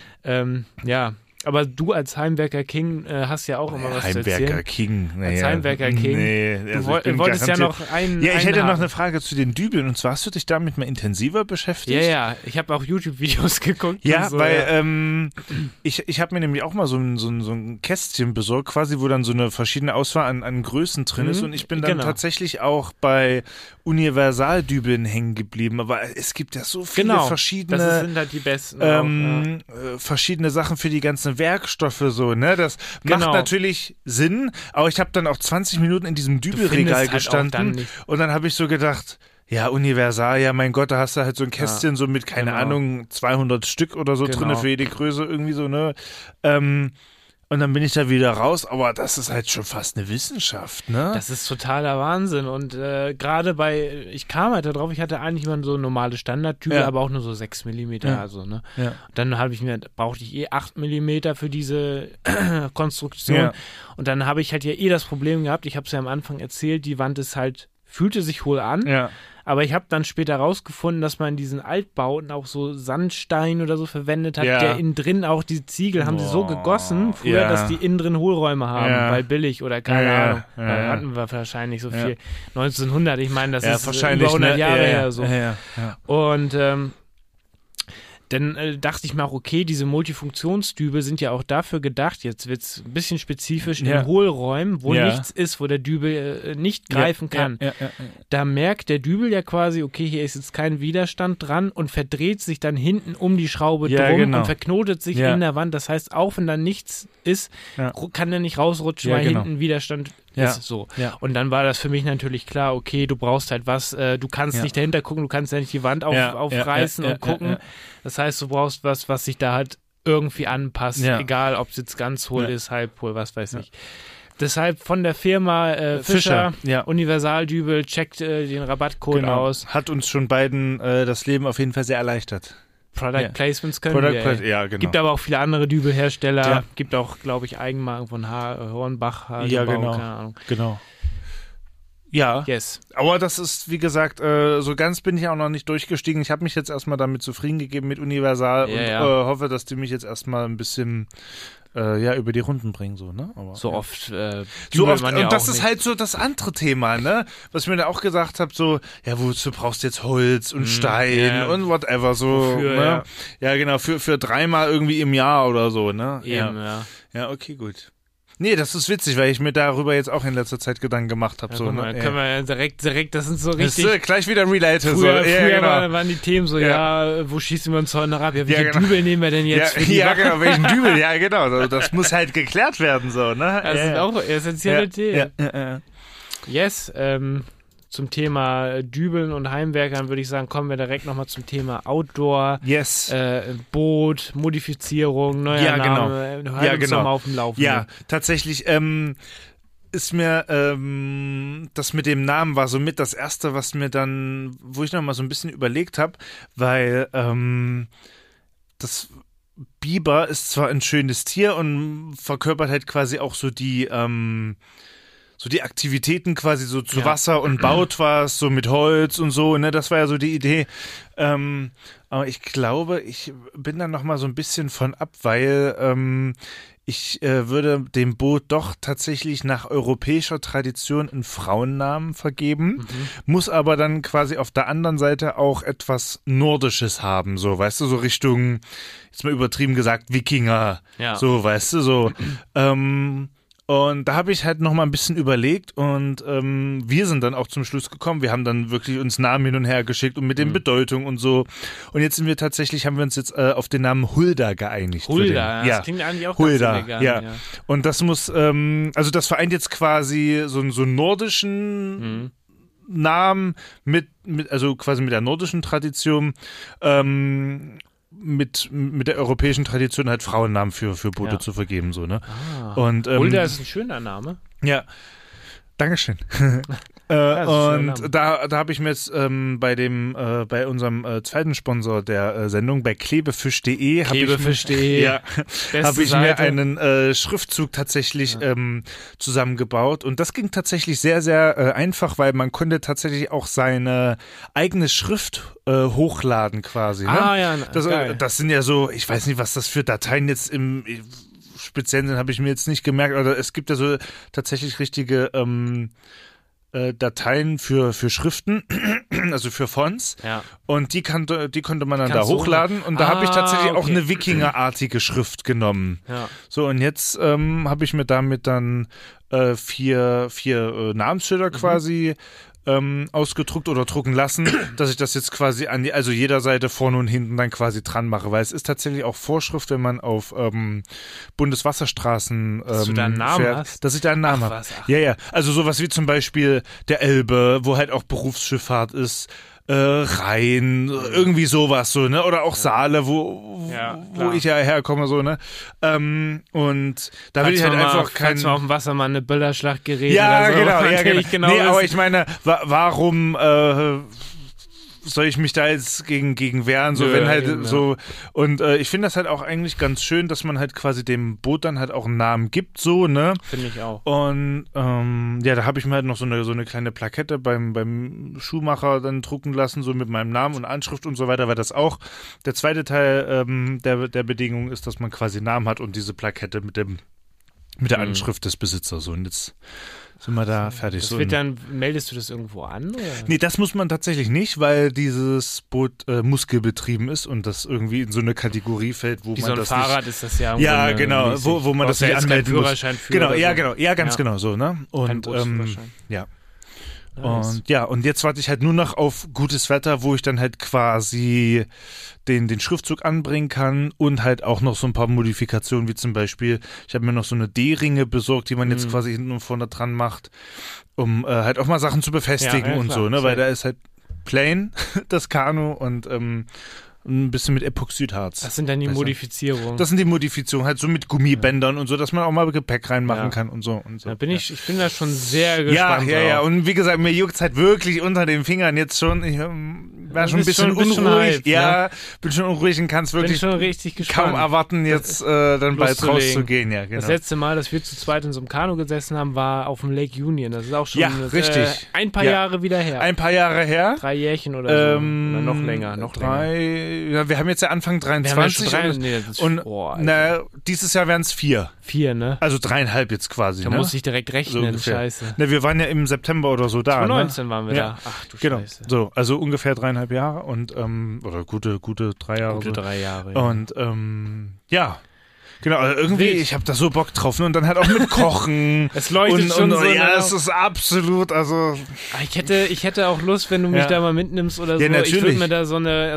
Aber du als Heimwerker-King hast ja auch immer was zu erzählen. Heimwerker-King. Als Heimwerker-King. Nee, also du wolltest ja noch einen... Ja, ich hätte noch eine Frage zu den Dübeln. Und zwar hast du dich damit mal intensiver beschäftigt? Ja. Ich habe auch YouTube-Videos geguckt. Ja, so, weil ich habe mir nämlich auch mal so ein Kästchen besorgt, quasi, wo dann so eine verschiedene Auswahl an Größen drin ist. Und ich bin dann tatsächlich auch bei Universaldübeln hängen geblieben. Aber es gibt ja so viele verschiedene... das sind halt die besten verschiedene Sachen für die ganzen Werkstoffe so, ne? Das macht natürlich Sinn, aber ich habe dann auch 20 Minuten in diesem Dübelregal gestanden und dann habe ich so gedacht, ja, Universal, ja, mein Gott, da hast du halt so ein Kästchen so mit, keine Ahnung, 200 Stück oder so drin für jede Größe irgendwie so, ne? Und dann bin ich da wieder raus, aber das ist halt schon fast eine Wissenschaft, ne? Das ist totaler Wahnsinn und gerade ich kam halt darauf, ich hatte eigentlich immer so normale Standardtübel, aber auch nur so 6 mm, also, ne? Ja. Und dann brauchte ich 8 mm für diese Konstruktion und dann habe ich halt das Problem gehabt, ich habe es ja am Anfang erzählt, die Wand ist halt fühlte sich hohl an. Ja. Aber ich habe dann später rausgefunden, dass man in diesen Altbauten auch so Sandstein oder so verwendet hat, der innen drin auch, die Ziegel haben sie so gegossen früher, dass die innen drin Hohlräume haben, weil billig oder keine Ahnung. Da hatten wir wahrscheinlich so viel. 1900, ich meine, das ist über 100 Jahre her so. Und dann dachte ich mir auch, okay, diese Multifunktionsdübel sind ja auch dafür gedacht, jetzt wird es ein bisschen spezifisch, in Hohlräumen, wo nichts ist, wo der Dübel nicht greifen kann. Da merkt der Dübel ja quasi, okay, hier ist jetzt kein Widerstand dran und verdreht sich dann hinten um die Schraube drum und verknotet sich in der Wand. Das heißt, auch wenn da nichts ist, kann der nicht rausrutschen, weil hinten Widerstand ist so. Und dann war das für mich natürlich klar, okay, du brauchst halt was, du kannst nicht dahinter gucken, du kannst ja nicht die Wand aufreißen und gucken. Das heißt, du brauchst was sich da halt irgendwie anpasst, egal ob es jetzt ganz hohl ist, halb hohl, was weiß ich. Deshalb von der Firma Fischer, Universaldübel, checkt den Rabattcode aus. Hat uns schon beiden das Leben auf jeden Fall sehr erleichtert. Product Placements können wir. Genau. Gibt aber auch viele andere Dübelhersteller. Gibt auch, glaube ich, Eigenmarken von Hornbach. Keine Ahnung. Genau. Ja, aber das ist, wie gesagt, so ganz bin ich auch noch nicht durchgestiegen. Ich habe mich jetzt erstmal damit zufrieden gegeben mit Universal und hoffe, dass die mich jetzt erstmal ein bisschen über die Runden bringen, so, ne? Aber, so oft. Und das ist halt so das andere Thema, ne? Was ich mir da auch gesagt habe, so, wozu brauchst du jetzt Holz und Stein und whatever, so, wofür, ne? Ja, genau, für 3-mal irgendwie im Jahr oder so, ne? Ja, okay, gut. Nee, das ist witzig, weil ich mir darüber jetzt auch in letzter Zeit Gedanken gemacht habe. Ja, so, ne? Können wir direkt, das sind so richtig... Das ist gleich wieder related. Früher waren die Themen so, wo schießen wir uns heute noch ab? Ja, welche Dübel nehmen wir denn jetzt? Genau, welchen Dübel? Ja, genau. Das muss halt geklärt werden, so, ne? Das sind auch essentielle Themen. Yes, zum Thema Dübeln und Heimwerkern würde ich sagen, kommen wir direkt nochmal zum Thema Outdoor, Boot, Modifizierung, neuer Name. Genau. Mal auf dem Laufenden. Ja, tatsächlich ist mir das mit dem Namen war so mit das Erste, was mir dann, wo ich nochmal so ein bisschen überlegt habe, weil das Biber ist zwar ein schönes Tier und verkörpert halt quasi auch so die Aktivitäten quasi so zu Wasser und baut was, so mit Holz und so, ne, das war ja so die Idee. Aber ich glaube, ich bin da nochmal so ein bisschen von ab, weil ich würde dem Boot doch tatsächlich nach europäischer Tradition einen Frauennamen vergeben, muss aber dann quasi auf der anderen Seite auch etwas Nordisches haben, so, weißt du, so Richtung, jetzt mal übertrieben gesagt, Wikinger, so, weißt du, so, und da habe ich halt noch mal ein bisschen überlegt und wir sind dann auch zum Schluss gekommen. Wir haben dann wirklich uns Namen hin und her geschickt und mit den Bedeutungen und so. Und jetzt haben wir uns jetzt auf den Namen Hulda geeinigt. Hulda, das klingt eigentlich auch ganz elegant. Ja. Und das muss, also das vereint jetzt quasi so einen nordischen Namen mit, also quasi mit der nordischen Tradition, mit der europäischen Tradition halt Frauennamen für Boote zu vergeben, so, ne? Und Hulda ist ein schöner Name. Ja, Dankeschön. Und da habe ich mir jetzt bei unserem zweiten Sponsor der Sendung, bei klebefisch.de, habe ich mir einen Schriftzug tatsächlich zusammengebaut. Und das ging tatsächlich sehr, sehr einfach, weil man konnte tatsächlich auch seine eigene Schrift hochladen quasi. Ne? Das sind ja so, ich weiß nicht, was das für Dateien jetzt im Speziellen sind, habe ich mir jetzt nicht gemerkt. Oder es gibt ja so tatsächlich richtige Dateien für Schriften, also für Fonts. Ja. Und die konnte man dann da hochladen. Und da habe ich tatsächlich auch eine Wikinger-artige Schrift genommen. Ja. So, und jetzt habe ich mir damit dann vier Namensschilder quasi ausgedruckt oder drucken lassen, dass ich das jetzt quasi also jeder Seite vorne und hinten dann quasi dran mache, weil es ist tatsächlich auch Vorschrift, wenn man auf Bundeswasserstraßen dass du da einen Namen hast? Dass ich da einen Namen habe. Ja, also sowas wie zum Beispiel der Elbe, wo halt auch Berufsschifffahrt ist, Rhein, irgendwie sowas so, ne? Oder auch Saale, wo ich ja herkomme, so, ne? Und da will ich halt einfach falls man auf dem Wasser mal eine Böllerschlacht gerät oder so. Genau. Nee, aber ich meine, warum soll ich mich da jetzt gegen wehren? So, Nö, wenn halt eben, so. Und ich finde das halt auch eigentlich ganz schön, dass man halt quasi dem Boot dann halt auch einen Namen gibt, so, ne? Finde ich auch. Und da habe ich mir halt noch so eine kleine Plakette beim Schuhmacher dann drucken lassen, so mit meinem Namen und Anschrift und so weiter, weil das auch der zweite Teil der Bedingung ist, dass man quasi einen Namen hat und diese Plakette mit der Anschrift des Besitzers. So, und jetzt sind wir da fertig. Das so wird dann, meldest du das irgendwo an? Oder? Nee, das muss man tatsächlich nicht, weil dieses Boot muskelbetrieben ist und das irgendwie in so eine Kategorie fällt, wo Wie man so ein das Fahrrad nicht, ist das ja. Ja, genau, wo man das nicht anmelden muss. Führerschein für Genau, oder ja, so. genau, ja, ganz genau so, ne? Kein Und Bootsführerschein. ja. Nice. Und jetzt warte ich halt nur noch auf gutes Wetter, wo ich dann halt quasi den Schriftzug anbringen kann und halt auch noch so ein paar Modifikationen, wie zum Beispiel, ich habe mir noch so eine D-Ringe besorgt, die man jetzt quasi hinten und vorne dran macht, um halt auch mal Sachen zu befestigen Ja, und klar, so, ne? Weil safe. da ist halt plain, das Kanu und ein bisschen mit Epoxidharz. Das sind dann die Weißt du? Modifizierungen. Das sind die Modifizierungen, halt so mit Gummibändern und so, dass man auch mal Gepäck reinmachen Ja. kann und so. Da bin ich bin da schon sehr Ja, gespannt. ja. drauf. Und wie gesagt, mir juckt's halt wirklich unter den Fingern jetzt schon. Ich war schon ein bist bisschen schon unruhig. hyped, Ja, bin schon unruhig und kann es Bin wirklich schon richtig gespannt. kaum erwarten, jetzt dann bald loszulegen. rauszugehen. Ja, genau. Das letzte Mal, dass wir zu zweit in so einem Kanu gesessen haben, war auf dem Lake Union. Das ist auch schon Ja, richtig. Ein paar Ja. Jahre wieder her. Ein paar Jahre her. 3 Jährchen oder so. Oder noch länger, noch länger. Ja, wir haben jetzt ja Anfang Wir haben ja 23 schon 3, und, nee, das ist, und Alter. dieses Jahr wären es 4. 4, ne? Also 3,5 jetzt quasi. Da ne? muss ich direkt So rechnen, ungefähr. scheiße. Ne, wir waren ja im September oder so da. 2019 ne? waren wir Ja. da. Ach du Genau, Scheiße. so, also ungefähr 3,5 Jahre und oder gute 3 Jahre. Gute so. 3 Jahre. Ja. Und ja, genau, also irgendwie, Wild. ich habe da so Bock drauf. Ne? Und dann halt auch mit Kochen. Es leuchtet und, schon und, so. Ja, ne? es ist absolut, also Ich hätte auch Lust, wenn du mich Ja. da mal mitnimmst oder so. Ja, natürlich. Ich würde mir da so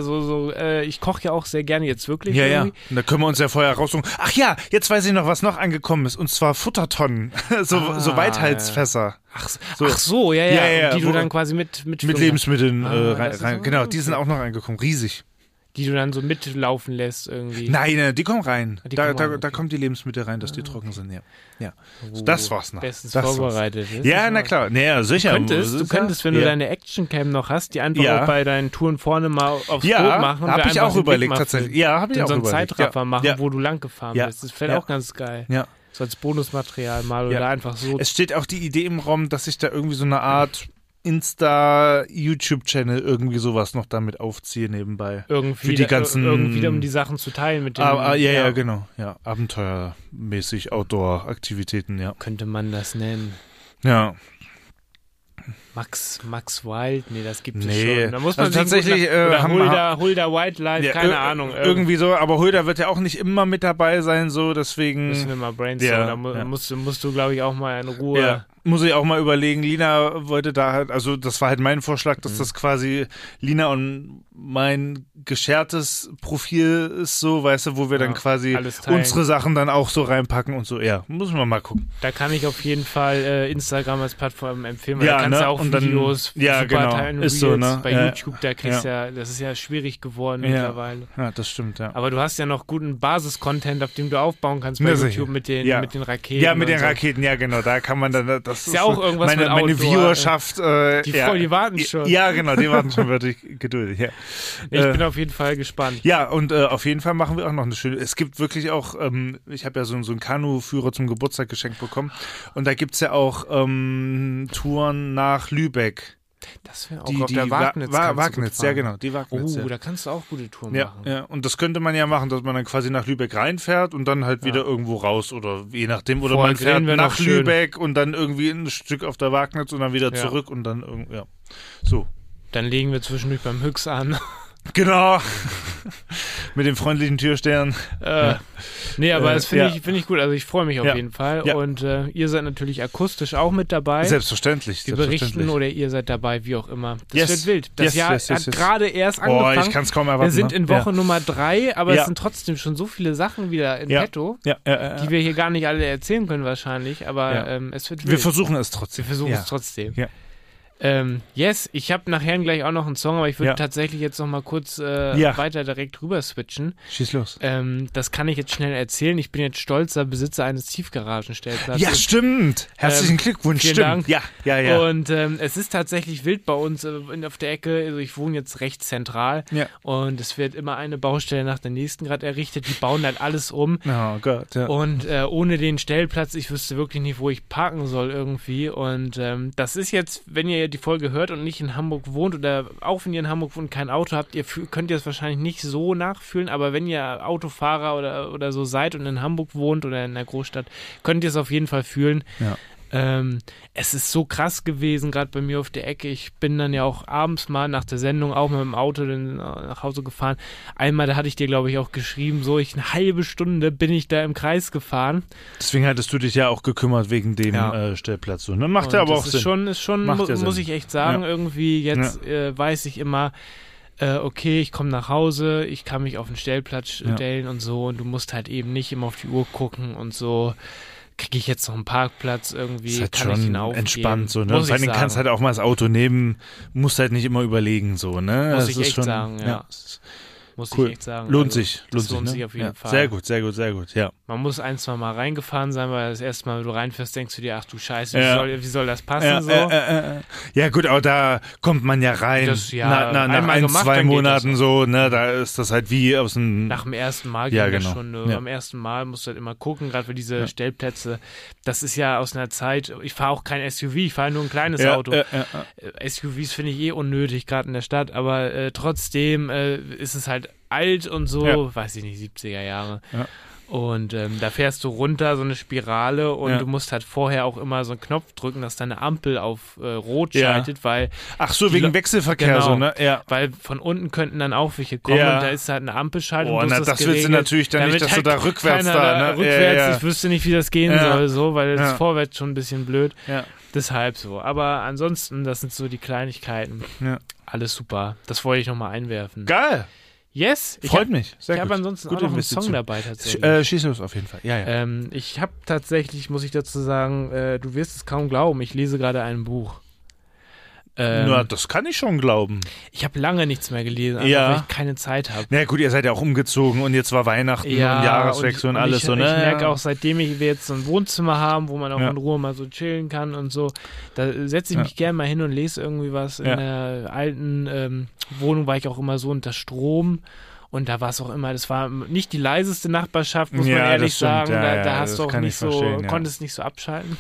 eine, ich koche ja auch sehr gerne jetzt wirklich. ja. irgendwie. Und da können wir uns ja vorher raussuchen. Ach ja, jetzt weiß ich noch, was noch angekommen ist. Und zwar Futtertonnen. so Weithaltsfässer. Ach So. so, ja, Ja, die du wo- dann quasi mit Mit Lebensmitteln das ist rein. auch Genau, die okay. sind auch noch reingekommen. Riesig. die du dann so mitlaufen lässt irgendwie. Nein, die kommen rein. Die Da kommen rein, da okay. kommen die Lebensmittel rein, dass die trocken sind, ja. Wo Das war's noch. Bestens Das war's. vorbereitet ist. Ja, na klar. Naja, sicher. Du könntest, wenn du ja. deine Actioncam noch hast, die einfach Ja. auch bei deinen Touren vorne mal aufs Boot Ja, machen. und hab wir ich einfach auch den Weg überlegt mal tatsächlich. filmen. Ja, hab ich Dann auch so einen überlegt. Zeitraffer Ja. machen, Ja. wo du lang gefahren Ja. bist. Das fällt Ja. auch ganz geil. Ja. So als Bonusmaterial mal Ja. oder einfach so. Es steht auch die Idee im Raum, dass ich da irgendwie so eine Art Insta-YouTube-Channel irgendwie sowas noch damit aufziehe nebenbei. irgendwie, für die ganzen- irgendwie um die Sachen zu teilen mit dem. Ja, genau. Ja, abenteuermäßig Outdoor-Aktivitäten, ja. Könnte man das nennen. Ja. Max Wild? Nee, das gibt es Nee. schon. Da muss man Also sich tatsächlich, oder Hulda Wildlife, Ja, keine Ahnung. Irgendwie so, aber Hulda wird ja auch nicht immer mit dabei sein, so, deswegen. Müssen wir mal brainstormen. Ja, Da ja. musst du, glaube ich, auch mal in Ruhe. Ja, muss ich auch mal überlegen. Lina wollte da halt, also das war halt mein Vorschlag, Mhm. dass das quasi Lina und mein geschertes Profil ist, so, weißt du, wo wir Ja, dann quasi alles teilen. unsere Sachen dann auch so reinpacken und so. Ja, müssen wir mal gucken. Da kann ich auf jeden Fall Instagram als Plattform empfehlen, weil Ja, da kannst ne? du auch Und dann- Videos ja, super genau. teilen, Ist so, Reels. ne? Bei Ja. YouTube, da kriegst ja, das ist ja schwierig geworden mittlerweile. Ja, das stimmt, ja. Aber du hast ja noch guten Basis-Content, auf dem du aufbauen kannst bei Ja, YouTube sicher. mit den Ja. Raketen. Ja, mit und den so. Raketen, ja genau, da kann man dann, das Ist ja auch irgendwas meine, mit meine Outdoor, Viewerschaft, die warten schon. Ja, genau, die warten schon wirklich geduldig, ja. Ich bin auf jeden Fall gespannt. Ja, und auf jeden Fall machen wir auch noch eine schöne, es gibt wirklich auch, ich habe ja so einen Kanuführer zum Geburtstag geschenkt bekommen und da gibt's ja auch Touren nach Lübeck. Das wäre auch auf der Wagnitz. kannst du Wagnitz, gut ja fahren. genau, die Wagnitz. Da kannst du auch gute Touren Ja, machen. ja, und das könnte man ja machen, dass man dann quasi nach Lübeck reinfährt und dann halt wieder irgendwo raus oder je nachdem. Oder Vorher man fährt grillen wir nach noch schön. Lübeck und dann irgendwie ein Stück auf der Wagnitz und dann wieder Ja. zurück und dann irgendwie, ja. So. Dann legen wir zwischendurch beim Hüx an. Genau. Mit dem freundlichen Türstern. Nee, aber das finde ja. ich gut. Also ich freue mich auf Ja. jeden Fall. Ja. Und ihr seid natürlich akustisch auch mit dabei. Selbstverständlich. Wir berichten oder ihr seid dabei, wie auch immer. Das Yes. wird wild. Das Yes, Jahr yes, yes, hat yes. gerade erst Oh, angefangen. ich kann es kaum erwarten. Wir sind in Woche ne? Nummer 3, aber Ja. es sind trotzdem schon so viele Sachen wieder in Ja. petto, Ja. die wir hier gar nicht alle erzählen können wahrscheinlich. Aber Ja. es wird wild. Wir versuchen es trotzdem. Wir versuchen ja. es trotzdem. Ja. Yes, ich habe nachher gleich auch noch einen Song, aber ich würde tatsächlich jetzt noch mal kurz weiter direkt rüber switchen. Schieß los. Das kann ich jetzt schnell erzählen. Ich bin jetzt stolzer Besitzer eines Tiefgaragenstellplatzes. Ja, stimmt. Herzlichen Glückwunsch. Vielen Stimmt. Dank. Ja. Und es ist tatsächlich wild bei uns auf der Ecke. Also ich wohne jetzt recht zentral und es wird immer eine Baustelle nach der nächsten gerade errichtet. Die bauen halt alles um. Oh Gott, ja. Und ohne den Stellplatz, ich wüsste wirklich nicht, wo ich parken soll irgendwie. Und das ist jetzt, wenn ihr die Folge hört und nicht in Hamburg wohnt oder auch wenn ihr in Hamburg wohnt und kein Auto habt, könnt ihr es wahrscheinlich nicht so nachfühlen, aber wenn ihr Autofahrer oder so seid und in Hamburg wohnt oder in der Großstadt, könnt ihr es auf jeden Fall fühlen. Ja. Es ist so krass gewesen, gerade bei mir auf der Ecke. Ich bin dann ja auch abends mal nach der Sendung auch mit dem Auto dann nach Hause gefahren. Einmal, da hatte ich dir, glaube ich, auch geschrieben, so eine halbe Stunde bin ich da im Kreis gefahren. Deswegen hattest du dich ja auch gekümmert wegen dem Stellplatz. So, ne? Macht ja aber auch Sinn. Ist schon muss ich echt sagen, irgendwie jetzt weiß ich immer, okay, ich komme nach Hause, ich kann mich auf den Stellplatz stellen und so und du musst halt eben nicht immer auf die Uhr gucken und so. Kriege ich jetzt noch einen Parkplatz irgendwie, ist halt kann schon ich ihn aufgeben. Entspannt so, ne? Vor allem kannst halt auch mal das Auto nehmen, musst halt nicht immer überlegen so, ne? Muss ich echt sagen, ja. Muss ich echt sagen. Lohnt sich auf jeden Fall. Sehr gut, ja. Man muss 1-2 Mal reingefahren sein, weil das erste Mal, wenn du reinfährst, denkst du dir, ach du Scheiße, wie soll das passen so? Ja gut, aber da kommt man ja rein. Das, nach 1-2 Monaten so, ne? Da ist das halt wie aus dem... Nach dem ersten Mal ging das schon. Am ersten Mal musst du halt immer gucken, gerade für diese Stellplätze. Das ist ja aus einer Zeit, ich fahre auch kein SUV, ich fahre nur ein kleines Auto. SUVs finde ich unnötig, gerade in der Stadt, aber trotzdem ist es halt alt und so, weiß ich nicht, 70er Jahre. Ja. Und da fährst du runter, so eine Spirale und du musst halt vorher auch immer so einen Knopf drücken, dass deine Ampel auf Rot schaltet, weil... Ach so, wegen Wechselverkehr so, ne? Ja. Weil von unten könnten dann auch welche kommen und da ist halt eine Ampelschaltung. Oh, das willst du natürlich dann nicht, dass du da rückwärts Ich wüsste nicht, wie das gehen soll, so, weil das ist vorwärts schon ein bisschen blöd. Ja. Deshalb so. Aber ansonsten, das sind so die Kleinigkeiten. Ja. Alles super. Das wollte ich nochmal einwerfen. Geil! Yes. Freut mich. Sehr ich gut. habe ansonsten auch noch einen Song dabei tatsächlich. Schieß los auf jeden Fall. Ja. Ich habe tatsächlich, muss ich dazu sagen, du wirst es kaum glauben, ich lese gerade ein Buch. Na, das kann ich schon glauben. Ich habe lange nichts mehr gelesen, einfach weil ich keine Zeit habe. Na gut, ihr seid ja auch umgezogen und jetzt war Weihnachten und Jahreswechsel und alles so, ne? Ich merke auch, seitdem wir jetzt so ein Wohnzimmer haben, wo man auch in Ruhe mal so chillen kann und so, da setze ich mich gerne mal hin und lese irgendwie was. In der alten Wohnung war ich auch immer so unter Strom. Und da war es auch immer, das war nicht die leiseste Nachbarschaft, muss man ehrlich sagen. Da hast du auch nicht so, konntest nicht so abschalten.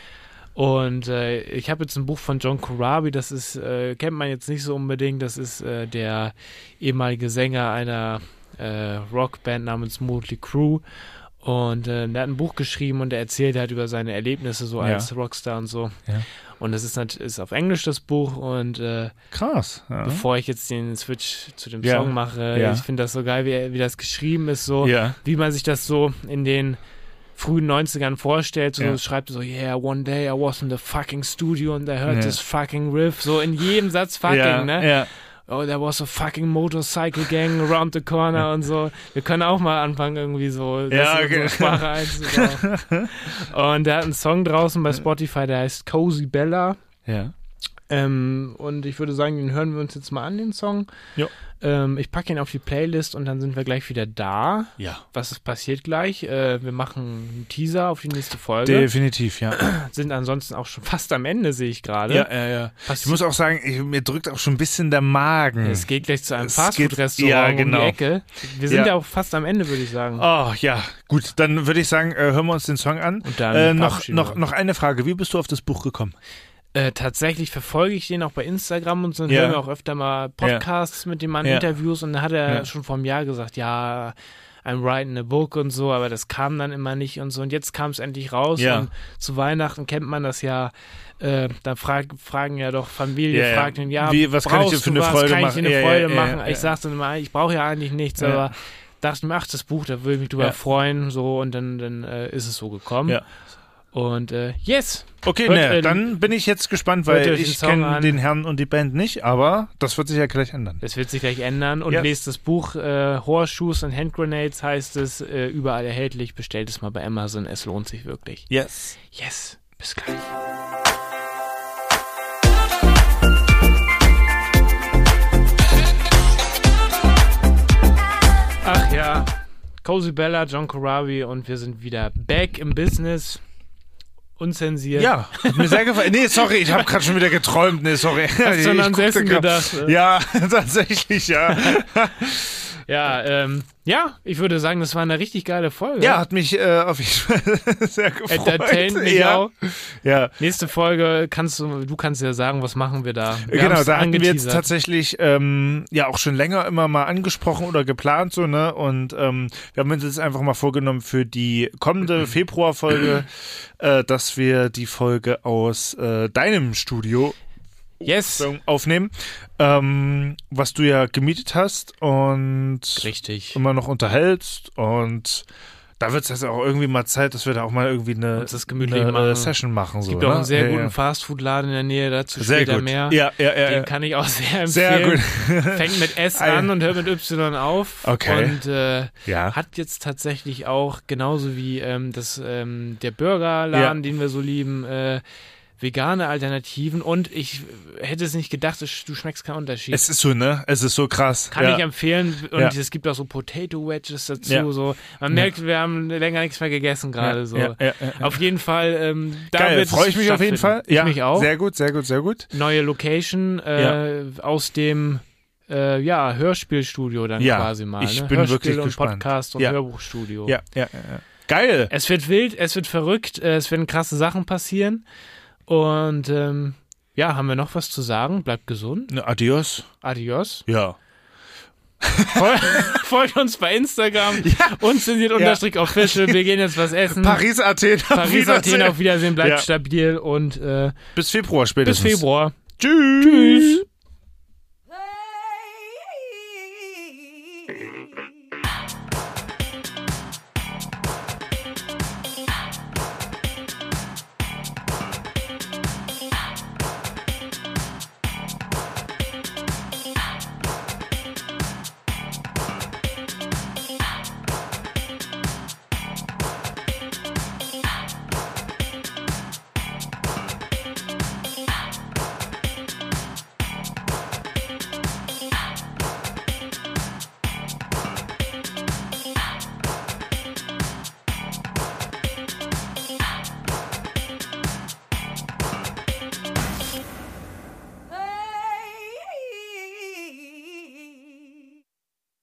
Und ich habe jetzt ein Buch von John Corabi, das ist, kennt man jetzt nicht so unbedingt, das ist der ehemalige Sänger einer Rockband namens Motley Crue. Und der hat ein Buch geschrieben und er erzählt halt über seine Erlebnisse so als Rockstar und so. Ja. Und das ist auf Englisch das Buch und krass. Ja. Bevor ich jetzt den Switch zu dem Song mache, ich finde das so geil, wie das geschrieben ist, so wie man sich das so in den frühen 90ern vorstellt, so schreibt so, one day I was in the fucking studio and I heard this fucking riff, so in jedem Satz fucking, ne? Ja. Oh, there was a fucking motorcycle gang around the corner und so. Wir können auch mal anfangen, irgendwie so, so Sprache einzubauen. Und der hat einen Song draußen bei Spotify, der heißt Cozy Bella. Ja. Und ich würde sagen, den hören wir uns jetzt mal an, den Song. Ja. Ich packe ihn auf die Playlist und dann sind wir gleich wieder da. Ja. Was ist passiert gleich? Wir machen einen Teaser auf die nächste Folge. Definitiv, ja. Sind ansonsten auch schon fast am Ende, sehe ich gerade. Ja. Ich muss auch sagen, mir drückt auch schon ein bisschen der Magen. Es geht gleich zu einem Fastfood-Restaurant um die Ecke. Wir sind ja auch fast am Ende, würde ich sagen. Oh, ja. Gut, dann würde ich sagen, hören wir uns den Song an. Und dann noch eine Frage. Wie bist du auf das Buch gekommen? Tatsächlich verfolge ich den auch bei Instagram und so und höre mir auch öfter mal Podcasts mit dem Mann, Interviews und da hat er schon vor einem Jahr gesagt, I'm writing a book und so, aber das kam dann immer nicht und so und jetzt kam es endlich raus und zu Weihnachten kennt man das ja, da fragen ja doch Familie, fragt ihn, was kann ich dir für eine Freude machen? Kann ich dir eine Freude machen? Ich sag dann immer, ich brauche ja eigentlich nichts, aber dachte mir, das Buch, da würde ich mich drüber freuen, so und dann ist es so gekommen. Ja. Und yes. Okay, dann bin ich jetzt gespannt, weil ich kenne den Herrn und die Band nicht, aber das wird sich ja gleich ändern. Das wird sich gleich ändern und lest das Buch Horseshoes and Hand Grenades heißt es, überall erhältlich, bestellt es mal bei Amazon, es lohnt sich wirklich. Yes. Bis gleich. Ja, Cozy Bella, John Corabi und wir sind wieder back im Business. Unzensiert. Ja, hat mir sehr gefallen. Nee, sorry, ich habe gerade schon wieder geträumt. Nee, sorry. Hast du an Essen gedacht? Ja, tatsächlich, ja. Ja, ich würde sagen, das war eine richtig geile Folge. Ja, hat mich auf jeden Fall sehr gefreut. Entertained mich ja. auch. Ja. Nächste Folge kannst du ja sagen, was machen wir da? Genau, da hatten wir jetzt tatsächlich ja auch schon länger immer mal angesprochen oder geplant so, ne? Und wir haben uns jetzt einfach mal vorgenommen für die kommende Februarfolge, dass wir die Folge aus deinem Studio aufnehmen, was du ja gemietet hast und richtig immer noch unterhältst, und da wird es jetzt auch irgendwie mal Zeit, dass wir da auch mal irgendwie eine Session machen. Es gibt auch einen sehr guten Fastfood-Laden in der Nähe, dazu später mehr. Ja. Den kann ich auch sehr empfehlen. Sehr gut. Fängt mit S an und hört mit Y auf. Okay. Und hat jetzt tatsächlich auch, genauso wie der Burgerladen, den wir so lieben, vegane Alternativen, und ich hätte es nicht gedacht, du schmeckst keinen Unterschied. Es ist so, ne? Es ist so krass. Kann ich empfehlen, und es gibt auch so Potato Wedges dazu, so. Man merkt, wir haben länger nichts mehr gegessen gerade, so. Auf jeden Fall, geil, freue ich mich auf jeden Fall. Ja, mich auch. Sehr gut, sehr gut, sehr gut. Neue Location, aus dem Hörspielstudio dann quasi mal. Ich ne? bin Hörspiel wirklich und gespannt. Podcast und Hörbuchstudio. Ja. Geil. Es wird wild, es wird verrückt, es werden krasse Sachen passieren. Und haben wir noch was zu sagen? Bleibt gesund. Adios. Adios. Ja. Folgt uns bei Instagram. Unzensiert_official. Wir gehen jetzt was essen. Paris, Athen auf Wiedersehen. Bleibt stabil und bis Februar spätestens. Bis Februar. Tschüss.